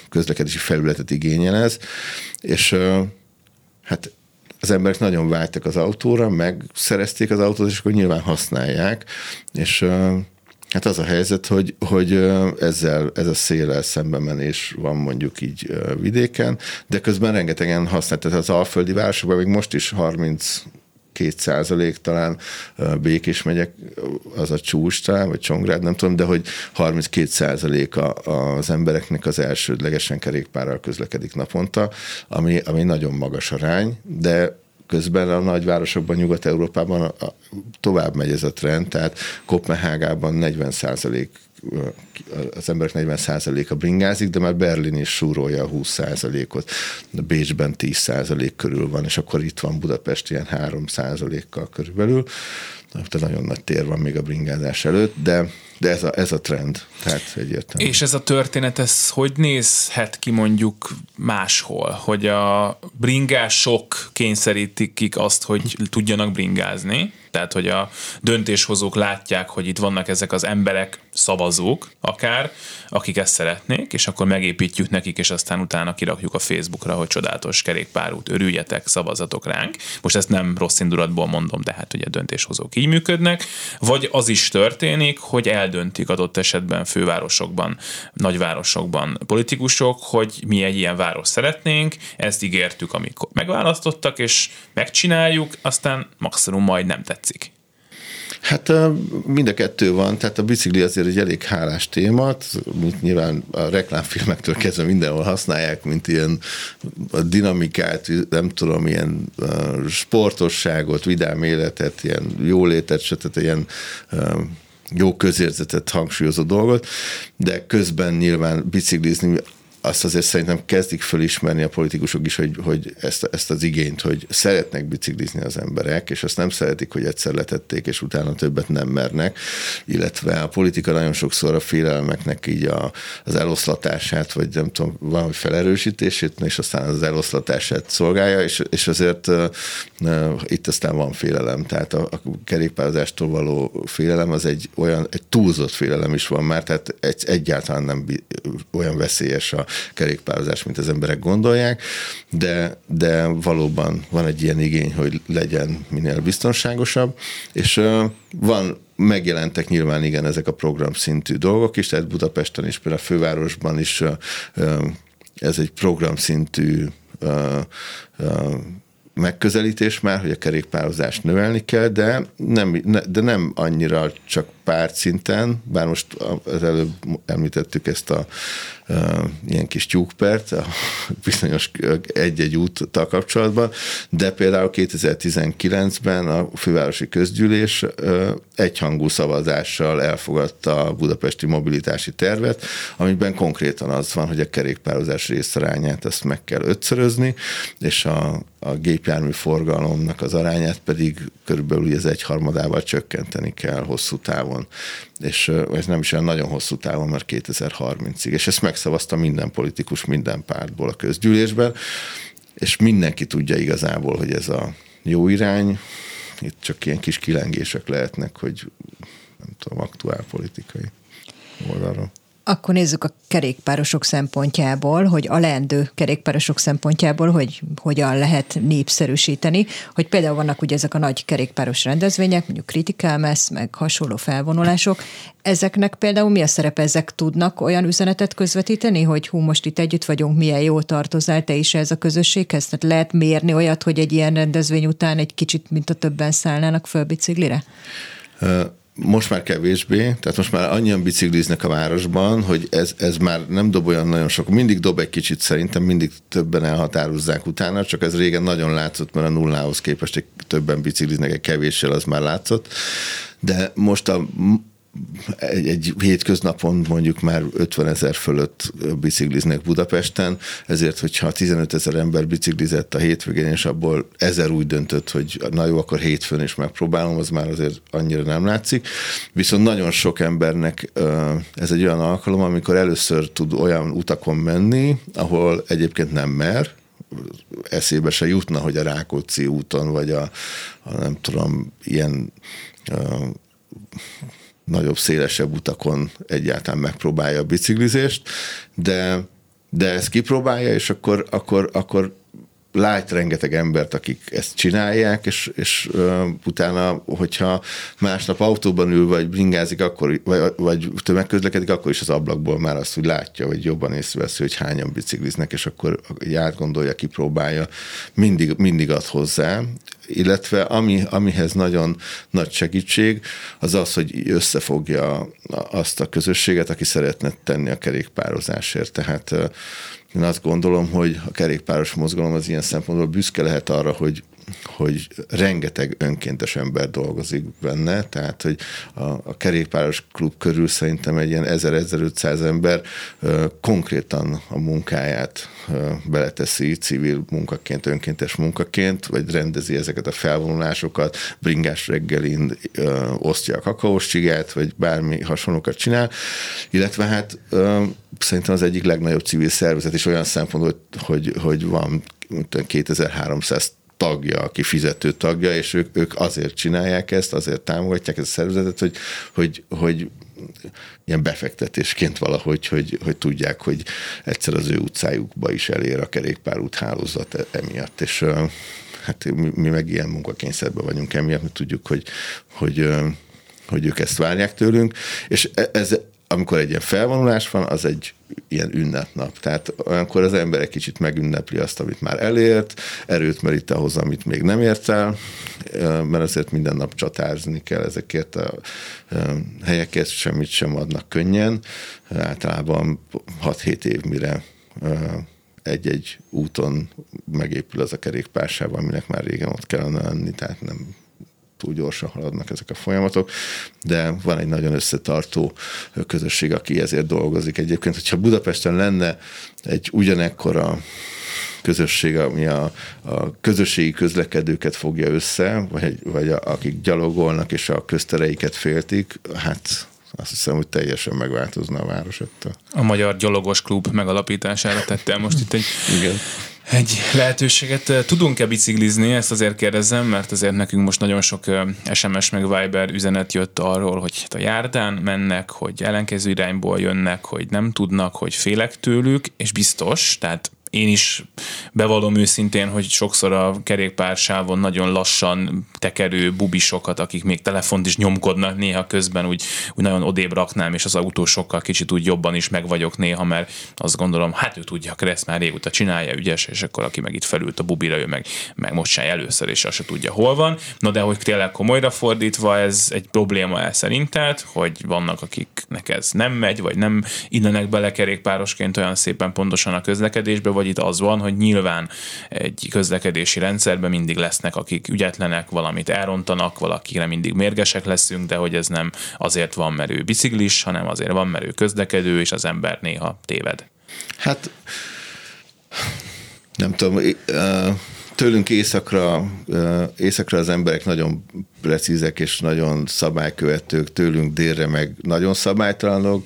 közlekedési felületet igényel ez, és hát az emberek nagyon vágytak az autóra, megszerezték az autót, és akkor nyilván használják, és hát az a helyzet, hogy, hogy ezzel, ez a széllel szembemenés van mondjuk így vidéken, de közben rengetegen használják, tehát az alföldi városokban még most is harminckét százalék talán Békés megyek, az a csúcs talán, vagy Csongrád, nem tudom, de hogy harminckét százalék az embereknek az elsődlegesen kerékpárral közlekedik naponta, ami, ami nagyon magas arány, de közben a nagyvárosokban, Nyugat-Európában tovább megy ez a trend, tehát Koppenhágában negyven százalék, az emberek negyven százaléka bringázik, de már Berlin is súrolja a húsz százalékot, Bécsben tíz százalék körül van, és akkor itt van Budapest ilyen három százalékkal körülbelül. Tehát nagyon nagy tér van még a bringázás előtt, de, de ez, a, ez a trend, tehát egyértelmű. És ez a történet, ez hogy nézhet ki mondjuk máshol? Hogy a bringások kényszerítik azt, hogy tudjanak bringázni? Tehát, hogy a döntéshozók látják, hogy itt vannak ezek az emberek, szavazók akár, akik ezt szeretnék, és akkor megépítjük nekik, és aztán utána kirakjuk a Facebookra, hogy csodálatos kerékpárút, örüljetek, szavazatok ránk. Most ezt nem rossz indulatból mondom, de hát ugye a döntéshozók így működnek. Vagy az is történik, hogy eldöntik adott esetben fővárosokban, nagyvárosokban politikusok, hogy mi egy ilyen város szeretnénk, ezt ígértük, amikor megválasztottak, és megcsináljuk, aztán maximum majd nem tetszik. Hát mind a kettő van, tehát a bicikli azért egy elég hálás téma, mint nyilván a reklámfilmektől kezdve mindenhol használják, mint ilyen a dinamikát, nem tudom, ilyen sportosságot, vidám életet, ilyen jólétet, tehát ilyen jó közérzetet hangsúlyozó dolgot, de közben nyilván biciklizni azt azért szerintem kezdik fölismerni a politikusok is, hogy, hogy ezt, ezt az igényt, hogy szeretnek biciklizni az emberek, és azt nem szeretik, hogy egyszer letették, és utána többet nem mernek, illetve a politika nagyon sokszor a félelmeknek így a, az eloszlatását, vagy nem tudom, valahogy felerősítését, és aztán az eloszlatását szolgálja, és, és azért uh, uh, itt aztán van félelem, tehát a, a kerékpározástól való félelem az egy olyan, egy túlzott félelem is van már, tehát egy, egyáltalán nem olyan veszélyes a kerékpározás, mint az emberek gondolják, de, de valóban van egy ilyen igény, hogy legyen minél biztonságosabb, és uh, van, megjelentek nyilván igen ezek a programszintű dolgok is, tehát Budapesten is, például a fővárosban is uh, uh, ez egy programszintű uh, uh, megközelítés már, hogy a kerékpározást növelni kell, de nem, de nem annyira csak pártszinten, bár most az előbb említettük ezt a uh, ilyen kis tyúkpert, a bizonyos egy-egy úttal kapcsolatban, de például kétezer-tizenkilencben a fővárosi közgyűlés uh, egyhangú szavazással elfogadta a budapesti mobilitási tervet, amiben konkrétan az van, hogy a kerékpározás részarányát ezt meg kell ötszörözni, és a, a gépjármű forgalomnak az arányát pedig körülbelül az egyharmadával csökkenteni kell hosszú távon. És ez nem is olyan nagyon hosszú távon, mert kétezer-harmincig. És ezt megszavazta minden politikus, minden pártból a közgyűlésben, és mindenki tudja igazából, hogy ez a jó irány, itt csak ilyen kis kilengések lehetnek, hogy nem tudom, aktuál politikai oldalról. Akkor nézzük a kerékpárosok szempontjából, hogy a leendő kerékpárosok szempontjából, hogy hogyan lehet népszerűsíteni, hogy például vannak ugye ezek a nagy kerékpáros rendezvények, mondjuk Critical Mass, meg hasonló felvonulások. Ezeknek például mi a szerepe? Ezek tudnak olyan üzenetet közvetíteni, hogy hú, most itt együtt vagyunk, milyen jól tartozál te is ez a közösséghez? Tehát lehet mérni olyat, hogy egy ilyen rendezvény után egy kicsit, mint a többen szállnának föl biciklire? Uh. Most már kevésbé, tehát most már annyian bicikliznek a városban, hogy ez, ez már nem dob olyan nagyon sok. Mindig dob egy kicsit szerintem, mindig többen elhatározzák utána, csak ez régen nagyon látszott, mert a nullához képest egy többen bicikliznek, egy kevéssel az már látszott. De most a Egy, egy hétköznapon mondjuk már ötvenezer fölött bicikliznek Budapesten, ezért, hogyha tizenötezer ember biciklizett a hétvégén, és abból ezer úgy döntött, hogy na jó, akkor hétfőn is megpróbálom, az már azért annyira nem látszik. Viszont nagyon sok embernek ez egy olyan alkalom, amikor először tud olyan utakon menni, ahol egyébként nem mer, eszébe se jutna, hogy a Rákóczi úton, vagy a, a nem tudom, ilyen a, nagyobb, szélesebb utakon egyáltalán megpróbálja a biciklizést, de, de ezt kipróbálja, és akkor, akkor, akkor lát rengeteg embert, akik ezt csinálják, és, és uh, utána, hogyha másnap autóban ül, vagy bringázik, akkor, vagy, vagy tömegközlekedik, akkor is az ablakból már azt úgy látja, vagy jobban észreveszi, hogy hányan bicikliznek, és akkor átgondolja, kipróbálja, mindig, mindig ad hozzá. Illetve ami, amihez nagyon nagy segítség, az az, hogy összefogja azt a közösséget, aki szeretne tenni a kerékpározásért. Tehát én azt gondolom, hogy a kerékpáros mozgalom az ilyen szempontból büszke lehet arra, hogy, hogy rengeteg önkéntes ember dolgozik benne, tehát hogy a, a kerékpáros klub körül szerintem egy ilyen ezer-ezerötszáz ember ö, konkrétan a munkáját ö, beleteszi civil munkaként, önkéntes munkaként, vagy rendezi ezeket a felvonulásokat, bringás reggelin ö, osztja a kakaós csigát, vagy bármi hasonlókat csinál, illetve hát ö, szerintem az egyik legnagyobb civil szervezet is olyan szempontból, hogy, hogy van kétezer-háromszáz tagja, aki fizető tagja, és ők, ők azért csinálják ezt, azért támogatják ezt a szervezetet, hogy, hogy, hogy ilyen befektetésként valahogy, hogy, hogy tudják, hogy egyszer az ő utcájukba is elér a kerékpárút hálózat emiatt, és hát mi, mi meg ilyen munkakényszerben vagyunk emiatt, mi tudjuk, hogy, hogy, hogy ők ezt várják tőlünk, és ez amikor egy ilyen felvonulás van, az egy ilyen ünnepnap. Tehát olyankor az ember egy kicsit megünnepli azt, amit már elért, erőt merít ahhoz, amit még nem ért el, mert azért minden nap csatázni kell ezekért a helyekért, semmit sem adnak könnyen. Általában hat-hét év, mire egy-egy úton megépül az a kerékpársáv, aminek már régen ott kellene lenni, tehát nem túl gyorsan haladnak ezek a folyamatok, de van egy nagyon összetartó közösség, aki ezért dolgozik. Egyébként, hogyha Budapesten lenne egy ugyanekkora közösség, ami a, a közösségi közlekedőket fogja össze, vagy, vagy a, akik gyalogolnak és a köztereiket féltik, hát azt hiszem, hogy teljesen megváltozna a város ettől. A Magyar Gyalogos Klub megalapítására tettél most itt egy... Igen. Egy lehetőséget. Tudunk-e biciklizni? Ezt azért kérdezem, mert azért nekünk most nagyon sok es em es meg Viber üzenet jött arról, hogy a járdán mennek, hogy ellenkező irányból jönnek, hogy nem tudnak, hogy félek tőlük, és biztos, tehát én is bevallom őszintén, hogy sokszor a kerékpársávon nagyon lassan tekerő bubisokat, akik még telefont is nyomkodnak néha közben, úgy, úgy nagyon odébb raknám, és az autósokkal kicsit úgy jobban is meg vagyok néha, mert azt gondolom, hát ő tudja, akkor ezt már régóta csinálja, ügyes, és akkor aki meg itt felült a bubira, ő meg, meg most csinálja először, és azt se tudja, hol van. Na de hogy tényleg komolyra fordítva, ez egy probléma el szerinted, hogy vannak, akiknek ez nem megy, vagy nem illenek bele kerékpárosként olyan szépen pontosan a közlekedésbe, vagy itt az van, hogy nyilván egy közlekedési rendszerben mindig lesznek, akik ügyetlenek, valamit elrontanak, valakire mindig mérgesek leszünk, de hogy ez nem azért van, mert ő biciklis, hanem azért van, mert ő közlekedő, és az ember néha téved. Hát nem tudom, tőlünk északra, északra az emberek nagyon precízek és nagyon szabálykövetők, tőlünk délre meg nagyon szabálytalanok,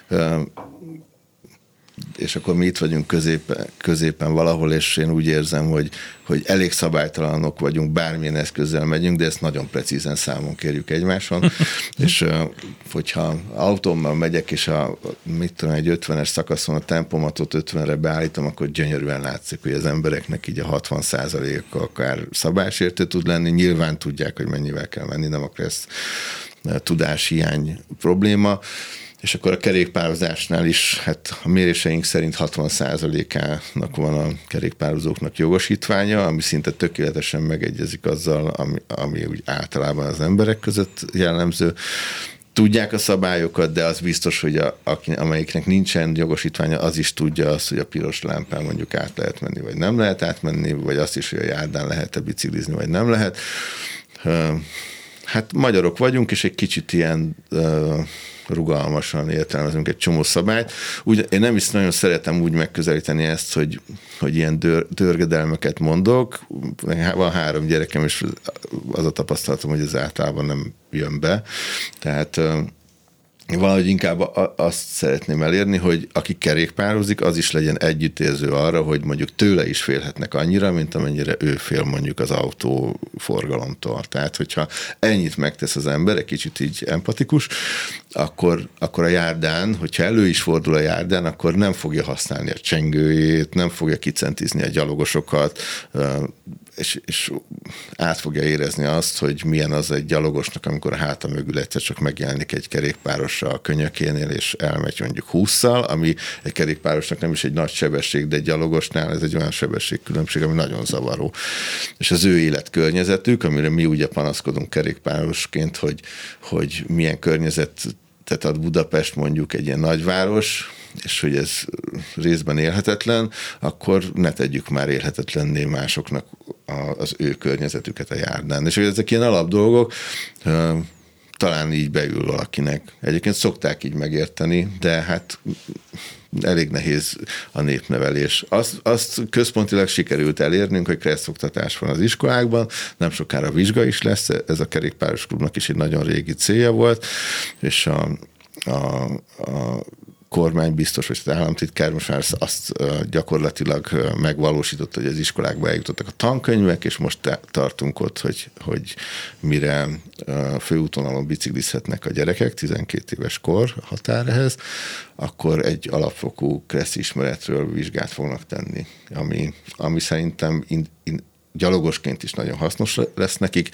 és akkor mi itt vagyunk középen, középen valahol, és én úgy érzem, hogy, hogy elég szabálytalanok vagyunk, bármilyen eszközzel megyünk, de ezt nagyon precízen számon kérjük egymáson, és hogyha autómmal megyek, és a, mit tudom, egy ötvenes szakaszon a tempomatot ötvenre beállítom, akkor gyönyörűen látszik, hogy az embereknek így a hatvan százaléka akár szabálysértő tud lenni, nyilván tudják, hogy mennyivel kell menni, nem akkor ez tudáshiány probléma. És akkor a kerékpározásnál is, hát a méréseink szerint hatvan százalékának van a kerékpározóknak jogosítványa, ami szinte tökéletesen megegyezik azzal, ami, ami úgy általában az emberek között jellemző. Tudják a szabályokat, de az biztos, hogy a, aki, amelyiknek nincsen jogosítványa, az is tudja azt, hogy a piros lámpán mondjuk át lehet menni, vagy nem lehet átmenni, vagy azt is, hogy a járdán lehet-e biciklizni, vagy nem lehet. Hát magyarok vagyunk, és egy kicsit ilyen rugalmasan értelmezünk egy csomó szabályt. Úgy, én nem is nagyon szeretem úgy megközelíteni ezt, hogy, hogy ilyen dör, dörgedelmeket mondok. Van három gyerekem, és az a tapasztalatom, hogy ez általában nem jön be. Tehát valahogy inkább azt szeretném elérni, hogy aki kerékpározik, az is legyen együttérző arra, hogy mondjuk tőle is félhetnek annyira, mint amennyire ő fél mondjuk az autóforgalomtól. Tehát, hogyha ennyit megtesz az ember, egy kicsit így empatikus, akkor, akkor a járdán, hogyha elő is fordul a járdán, akkor nem fogja használni a csengőjét, nem fogja kicentizni a gyalogosokat, és, és át fogja érezni azt, hogy milyen az egy gyalogosnak, amikor a háta mögül egyszer csak megjelenik egy kerékpáros a könyökénél, és elmegy mondjuk hússzal, ami egy kerékpárosnak nem is egy nagy sebesség, de egy gyalogosnál ez egy olyan sebességkülönbség, ami nagyon zavaró. És az ő életkörnyezetük, amire mi ugye panaszkodunk kerékpárosként, hogy, hogy milyen környezetet ad Budapest mondjuk egy ilyen nagyváros, és hogy ez részben élhetetlen, akkor ne tegyük már élhetetlenné másoknak az ő környezetüket a járdán. És hogy ezek ilyen alapdolgok, talán így beül valakinek. Egyébként szokták így megérteni, de hát elég nehéz a népnevelés. Azt, azt központilag sikerült elérnünk, hogy kresszoktatás van az iskolákban, nem sokára vizsga is lesz, ez a kerékpáros klubnak is egy nagyon régi célja volt, és a, a, a kormány biztos, vagy az államtitkár most már azt gyakorlatilag megvalósította, hogy az iskolákba eljutottak a tankönyvek, és most tartunk ott, hogy, hogy mire főútvonalon biciklizhetnek a gyerekek, tizenkét éves kor határ ehhez, akkor egy alapfokú kresszismeretről vizsgát fognak tenni, ami, ami szerintem in, in, gyalogosként is nagyon hasznos lesz nekik,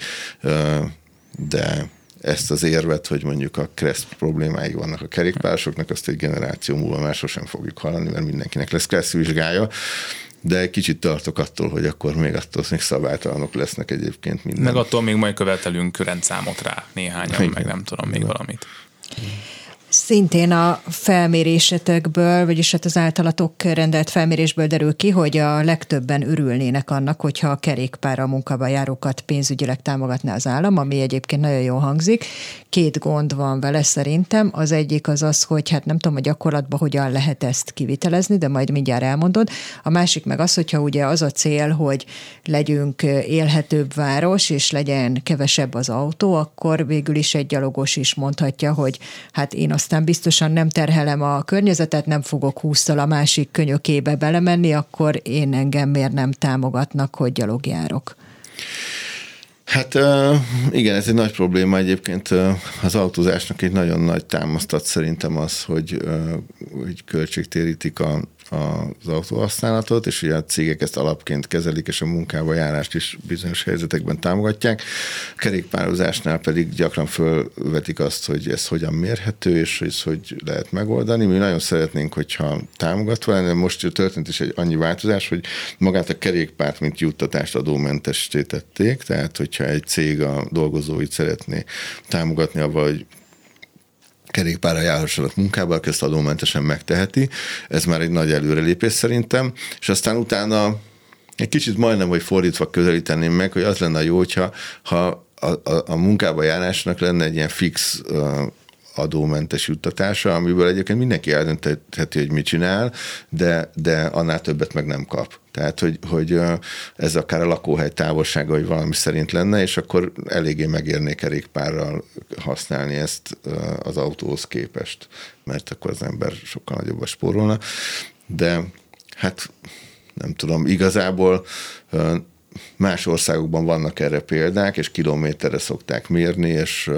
de ezt az érvet, hogy mondjuk a kressz problémái vannak a kerékpárosoknak, azt egy generáció múlva már sosem fogjuk hallani, mert mindenkinek lesz kressz vizsgája, de kicsit tartok attól, hogy akkor még attól még szabálytalanok lesznek egyébként minden. Meg attól még majd követelünk rendszámot rá néhányan, igen, meg nem tudom még valamit. Szintén a felmérésetekből, vagyis hát az általatok rendelt felmérésből derül ki, hogy a legtöbben örülnének annak, hogyha a kerékpárral munkába járókat pénzügyileg támogatná az állam, ami egyébként nagyon jól hangzik. Két gond van vele szerintem. Az egyik az az, hogy hát nem tudom, a gyakorlatban hogyan lehet ezt kivitelezni, de majd mindjárt elmondod. A másik meg az, hogyha ugye az a cél, hogy legyünk élhetőbb város, és legyen kevesebb az autó, akkor végül is egy gyalogos is mondhatja, hogy hát én aztán biztosan nem terhelem a környezetet, nem fogok hússzal a másik könyökébe belemenni, akkor én engem miért nem támogatnak, hogy gyalogjárok? Hát igen, ez egy nagy probléma egyébként. Az autózásnak egy nagyon nagy támasztat szerintem az, hogy, hogy költségtérítik a az autóhasználatot, és ugye a cégek ezt alapként kezelik, és a munkába járást is bizonyos helyzetekben támogatják. A kerékpározásnál pedig gyakran fölvetik azt, hogy ez hogyan mérhető, és hogy ezt hogy lehet megoldani. Mi nagyon szeretnénk, hogyha támogatva lenne. Most történt is egy annyi változás, hogy magát a kerékpárt, mint juttatást adómentessé tették, tehát hogyha egy cég a dolgozóit szeretné támogatni avval, hogy kerékpárral járhassanak munkába, akkor ezt adómentesen megteheti. Ez már egy nagy előrelépés szerintem, és aztán utána egy kicsit majdnem, hogy fordítva közelíteném meg, hogy az lenne jó, hogyha ha a, a, a munkába járásnak lenne egy ilyen fix uh, adómentes juttatása, amiből egyébként mindenki eldöntheti, hogy mit csinál, de, de annál többet meg nem kap. Tehát, hogy, hogy ez akár a lakóhely távolsága, hogy valami szerint lenne, és akkor eléggé megérné kerékpárral használni ezt az autóhoz képest, mert akkor az ember sokkal nagyobbat spórolna. De hát nem tudom, igazából más országokban vannak erre példák, és kilométerre szokták mérni, és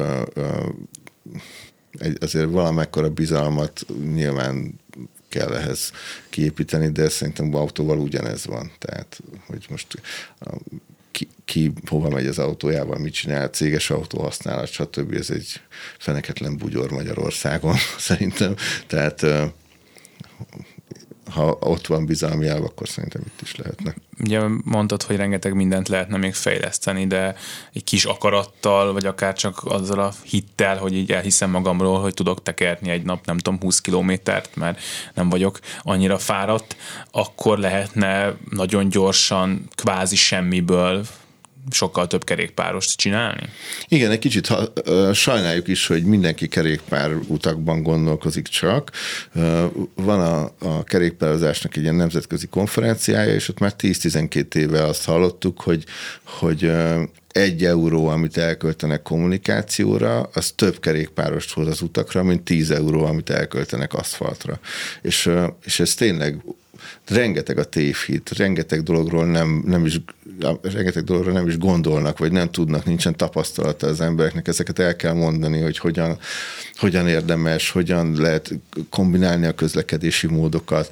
azért valamekkora bizalmat nyilván kell ehhez kiépíteni, de szerintem autóval ugyanez van. Tehát, hogy most ki, ki hova megy az autójával, mit csinál, céges autóhasználat, stb. Ez egy feneketlen bugyor Magyarországon szerintem. Tehát ha ott van bizalmi elv, akkor szerintem itt is lehetne. Ugye mondtad, hogy rengeteg mindent lehetne még fejleszteni, de egy kis akarattal, vagy akár csak azzal a hittel, hogy így elhiszem magamról, hogy tudok tekerni egy nap, nem tudom, húsz kilométert, mert nem vagyok annyira fáradt, akkor lehetne nagyon gyorsan, kvázi semmiből sokkal több kerékpárost csinálni? Igen, egy kicsit ha, uh, sajnáljuk is, hogy mindenki kerékpár utakban gondolkozik csak. Uh, van a, a kerékpározásnak egy ilyen nemzetközi konferenciája, és ott már tíz-tizenkét éve azt hallottuk, hogy, hogy uh, egy euró, amit elköltenek kommunikációra, az több kerékpárost hoz az utakra, mint tíz euró, amit elköltenek aszfaltra. És, és ez tényleg rengeteg a tévhit, rengeteg dologról nem, nem is rengeteg dologról nem is gondolnak, vagy nem tudnak, nincsen tapasztalata az embereknek, ezeket el kell mondani, hogy hogyan, hogyan érdemes, hogyan lehet kombinálni a közlekedési módokat.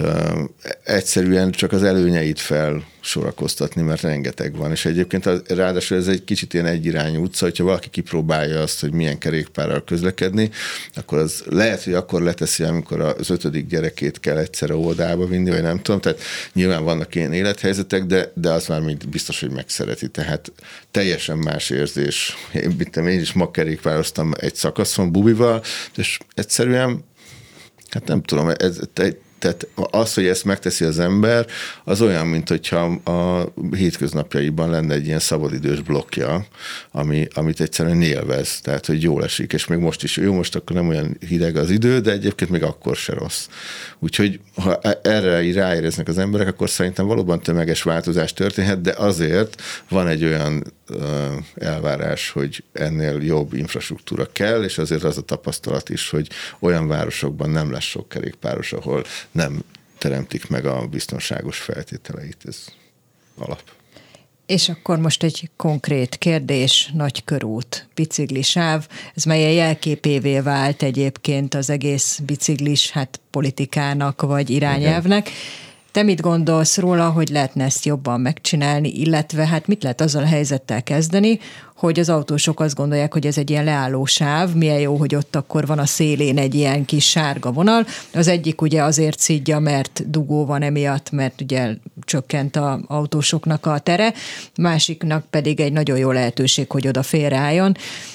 Egyszerűen csak az előnyeit felsorakoztatni, mert rengeteg van, és egyébként ráadásul ez egy kicsit ilyen egyirányú utca, hogyha valaki kipróbálja azt, hogy milyen kerékpárral közlekedni, akkor az lehet, hogy akkor leteszi, amikor az ötödik gyerekét kell egyszerre óvodába vinni, vagy nem tudom, tehát nyilván vannak ilyen élethelyzetek, de, de az már mind biztos, hogy megszereti, tehát teljesen más érzés. Én, én is ma kerékpároztam egy szakaszon bubival, és egyszerűen, hát nem tudom, ez egy tehát az, hogy ezt megteszi az ember, az olyan, mint hogyha a hétköznapjaiban lenne egy ilyen szabadidős blokkja, ami, amit egyszerűen élvez, tehát hogy jól esik, és még most is jó, most akkor nem olyan hideg az idő, de egyébként még akkor se rossz. Úgyhogy ha erre ráéreznek az emberek, akkor szerintem valóban tömeges változás történhet, de azért van egy olyan elvárás, hogy ennél jobb infrastruktúra kell, és azért az a tapasztalat is, hogy olyan városokban nem lesz sok kerékpáros, ahol nem teremtik meg a biztonságos feltételeit. Ez alap. És akkor most egy konkrét kérdés, nagykörút, biciklisáv, ez melyen jelképévé vált egyébként az egész biciklis hát politikának vagy irányelvnek. Igen. Te mit gondolsz róla, hogy lehetne ezt jobban megcsinálni, illetve hát mit lehet azzal a helyzettel kezdeni, hogy az autósok azt gondolják, hogy ez egy ilyen leálló sáv, milyen jó, hogy ott akkor van a szélén egy ilyen kis sárga vonal. Az egyik ugye azért szidja, mert dugó van emiatt, mert ugye csökkent az autósoknak a tere, másiknak pedig egy nagyon jó lehetőség, hogy oda félreálljon.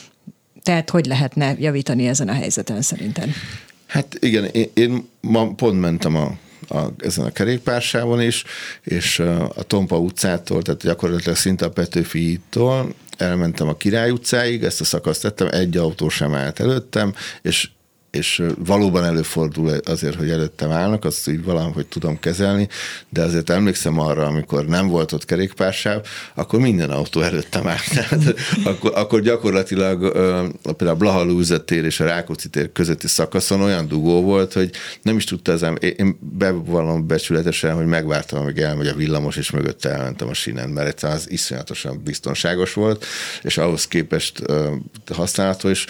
Tehát hogy lehetne javítani ezen a helyzeten szerintem? Hát igen, én, én ma pont mentem a A, ezen a kerékpársávon is, és a Tompa utcától, tehát gyakorlatilag szinte a Petőfi hídtól elmentem a Király utcáig, ezt a szakaszt tettem, egy autó sem állt előttem, és és valóban előfordul azért, hogy előttem állnak, azt így valahogy tudom kezelni, de azért emlékszem arra, amikor nem volt ott kerékpársáv, akkor minden autó előttem állt. Tehát, akkor, akkor gyakorlatilag például a Blaha Lujza tér és a Rákóczi tér közötti szakaszon olyan dugó volt, hogy nem is tudta az ember, én bevallom becsületesen, hogy megvártam, amíg elmegy a villamos, és mögötte elmentem a sínen, mert egyszerűen az iszonyatosan biztonságos volt, és ahhoz képest használható is.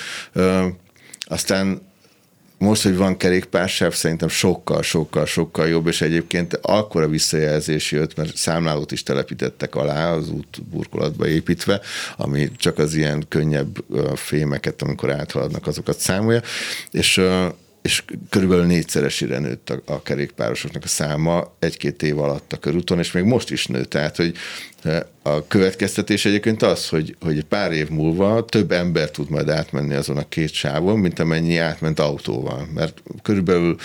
Aztán most, hogy van kerékpársáv, szerintem sokkal, sokkal, sokkal jobb, és egyébként akkora visszajelzés jött, mert számlálót is telepítettek alá az út burkolatba építve, ami csak az ilyen könnyebb fémeket, amikor áthaladnak, azokat számolja, és és körülbelül négyszeresére nőtt a, a kerékpárosoknak a száma egy-két év alatt a körúton, és még most is nőtt. Tehát, hogy a következtetés egyébként az, hogy, hogy pár év múlva több ember tud majd átmenni azon a két sávon, mint amennyi átment autóval. Mert körülbelül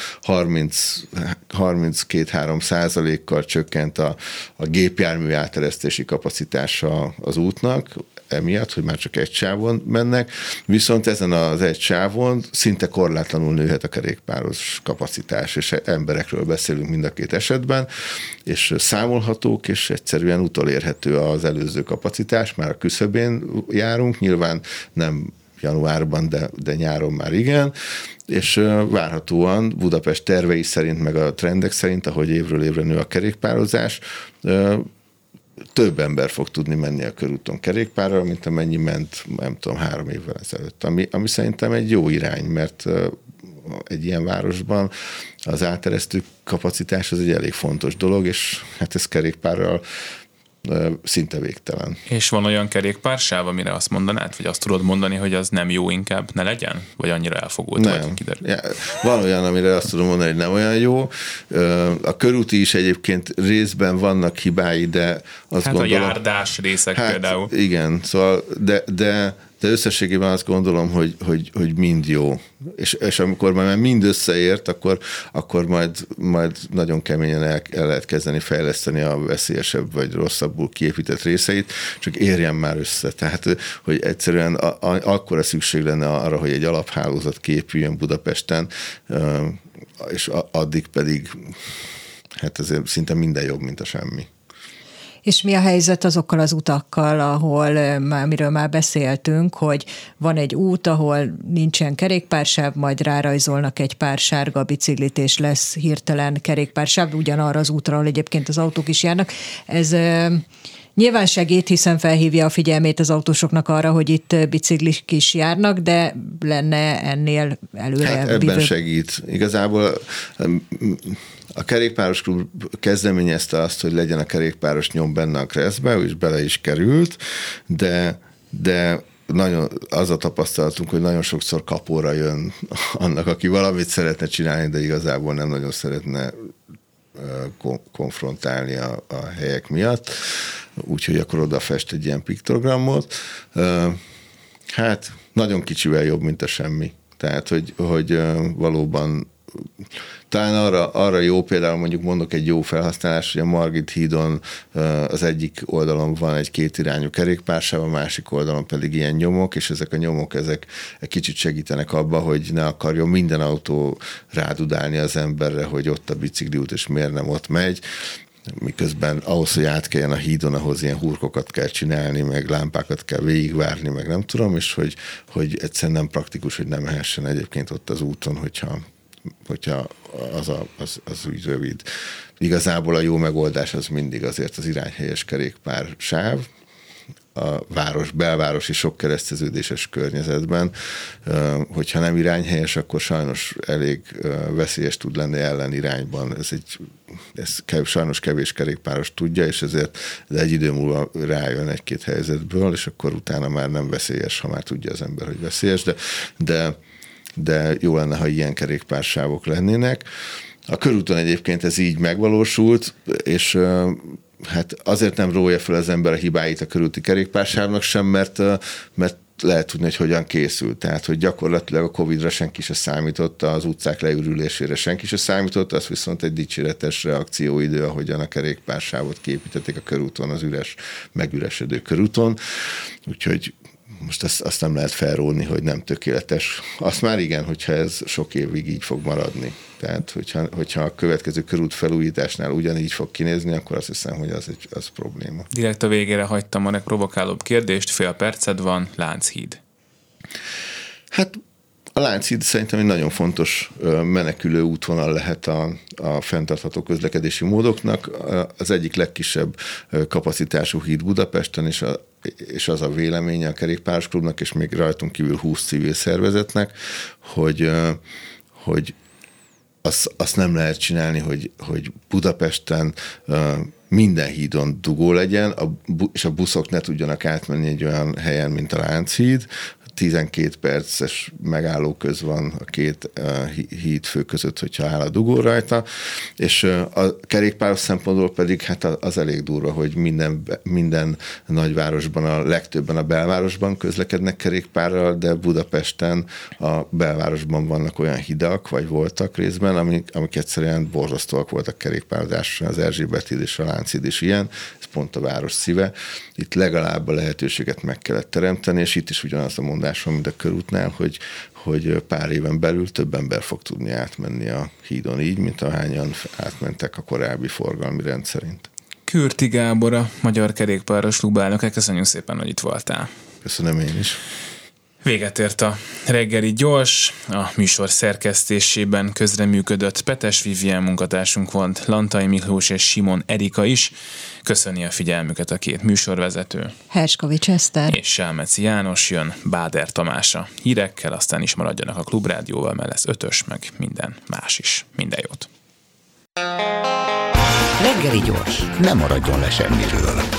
harminc-harminckét-három százalékkal csökkent a, a gépjármű áteresztési kapacitása az útnak, emiatt, hogy már csak egy sávon mennek, viszont ezen az egy sávon szinte korlátlanul nőhet a kerékpáros kapacitás, és emberekről beszélünk mind a két esetben, és számolhatók, és egyszerűen utolérhető az előző kapacitás, már a küszöbén járunk, nyilván nem januárban, de, de nyáron már igen, és várhatóan Budapest tervei szerint, meg a trendek szerint, ahogy évről évre nő a kerékpározás, több ember fog tudni menni a körúton kerékpárral, mint amennyi ment, nem tudom, három évvel ezelőtt. Ami, ami szerintem egy jó irány, mert egy ilyen városban az áteresztő kapacitás az egy elég fontos dolog, és hát ez kerékpárral szinte végtelen. És van olyan kerékpársáv, amire azt mondanád, vagy azt tudod mondani, hogy az nem jó, inkább ne legyen? Vagy annyira elfogult? Nem. Ja, van olyan, amire azt tudom mondani, hogy nem olyan jó. A körúti is egyébként részben vannak hibái, de azt hát gondolom... a járdás részek hát például. Igen, szóval, de, de, de összességében azt gondolom, hogy, hogy, hogy mind jó. És, és amikor már mind összeért, akkor, akkor majd, majd nagyon keményen el, el lehet kezdeni fejleszteni a veszélyesebb vagy rosszabbul kiépített részeit, csak érjen már össze. Tehát, hogy egyszerűen a, a, akkora szükség lenne arra, hogy egy alaphálózat képüljön Budapesten, és addig pedig hát azért szinte minden jobb, mint a semmi. És mi a helyzet azokkal az utakkal, ahol, amiről már beszéltünk, hogy van egy út, ahol nincsen kerékpársáv, majd rárajzolnak egy pár sárga biciklit, és lesz hirtelen kerékpársáv, ugyanarra az útra, ahol egyébként az autók is járnak. Ez nyilván segít, hiszen felhívja a figyelmét az autósoknak arra, hogy itt biciklik is járnak, de lenne ennél előre. Hát ebben bívő... segít. Igazából a kerékpáros klub kezdeményezte azt, hogy legyen a kerékpáros nyom benne a kreszbe, és bele is került, de, de nagyon, az a tapasztalatunk, hogy nagyon sokszor kapóra jön annak, aki valamit szeretne csinálni, de igazából nem nagyon szeretne konfrontálni a, a helyek miatt, úgyhogy akkor odafest egy ilyen piktogramot. Hát nagyon kicsivel jobb, mint a semmi. Tehát, hogy, hogy valóban talán arra, arra jó, például mondjuk mondok egy jó felhasználás, hogy a Margit hídon az egyik oldalon van egy kétirányú kerékpársáv, a másik oldalon pedig ilyen nyomok, és ezek a nyomok ezek egy kicsit segítenek abba, hogy ne akarjon minden autó rádudálni az emberre, hogy ott a bicikliút, és miért nem ott megy, miközben ahhoz, hogy át kelljen a hídon, ahhoz ilyen hurkokat kell csinálni, meg lámpákat kell végigvárni, meg nem tudom, és hogy, hogy egyszerűen nem praktikus, hogy nem mehessen egyébként ott az úton, hogyha hogyha az, a, az, az úgy rövid. Igazából a jó megoldás az mindig azért az irányhelyes kerékpár sáv, a város, belvárosi sok kereszteződéses környezetben. Hogyha nem irányhelyes, akkor sajnos elég veszélyes tud lenni ellenirányban. Ez egy ez sajnos kevés kerékpáros tudja, és ezért de egy idő múlva rájön egy-két helyzetből, és akkor utána már nem veszélyes, ha már tudja az ember, hogy veszélyes, de, de de jó lenne, ha ilyen kerékpársávok lennének. A körúton egyébként ez így megvalósult, és hát azért nem rója fel az ember a hibáit a körúti kerékpársávnak sem, mert, mert lehet tudni, hogy hogyan készült. Tehát, hogy gyakorlatilag a Covidra senki se számított, az utcák leürülésére senki se számított, az viszont egy dicséretes reakcióidő, ahogyan a kerékpársávot képítették a körúton, az üres, megüresedő körúton. Úgyhogy most azt, azt nem lehet felróni, hogy nem tökéletes. Azt már igen, hogyha ez sok évig így fog maradni. Tehát, hogyha, hogyha a következő körút felújításnál ugyanígy fog kinézni, akkor azt hiszem, hogy az egy az probléma. Direkt a végére hagytam a legprovokálóbb kérdést, fél perced van, Lánchíd. Hát a Lánchíd szerintem egy nagyon fontos menekülő útvonal lehet a, a fenntartható közlekedési módoknak. Az egyik legkisebb kapacitású híd Budapesten, és, a, és az a véleménye a kerékpáros klubnak, és még rajtunk kívül húsz civil szervezetnek, hogy, hogy azt, azt nem lehet csinálni, hogy, hogy Budapesten minden hídon dugó legyen, a, és a buszok ne tudjanak átmenni egy olyan helyen, mint a Lánchíd. tizenkét perces megálló köz van a két hídfő között, hogyha áll a dugó rajta, és a kerékpáros szempontból pedig hát az elég durva, hogy minden, minden nagyvárosban, a legtöbben a belvárosban közlekednek kerékpárral, de Budapesten a belvárosban vannak olyan hidak, vagy voltak részben, amik, amik egyszerűen borzasztóak voltak kerékpározásra, az Erzsébet híd és a Lánchíd is ilyen, ez pont a város szíve. Itt legalább a lehetőséget meg kellett teremteni, és itt is ugyanaz a mondás van, mint a körútnál, hogy, hogy pár éven belül több ember fog tudni átmenni a hídon így, mint ahányan átmentek a korábbi forgalmi rend szerint. Kürti Gábor, a Magyar Kerékpáros Klub elnöke, köszönjük szépen, hogy itt voltál. Köszönöm én is. Véget ért a reggeli gyors, a műsor szerkesztésében közreműködött Petes Vivien munkatársunk volt, Lantai Miklós és Simon Erika is. Köszöni a figyelmüket a két műsorvezető. Herskovics Eszter. És Selmeci János, jön Báder Tamása hírekkel, aztán is maradjanak a Klubrádióval, mert lesz ötös, meg minden más is. Minden jót. Reggeli gyors, nem maradjon le semmiről.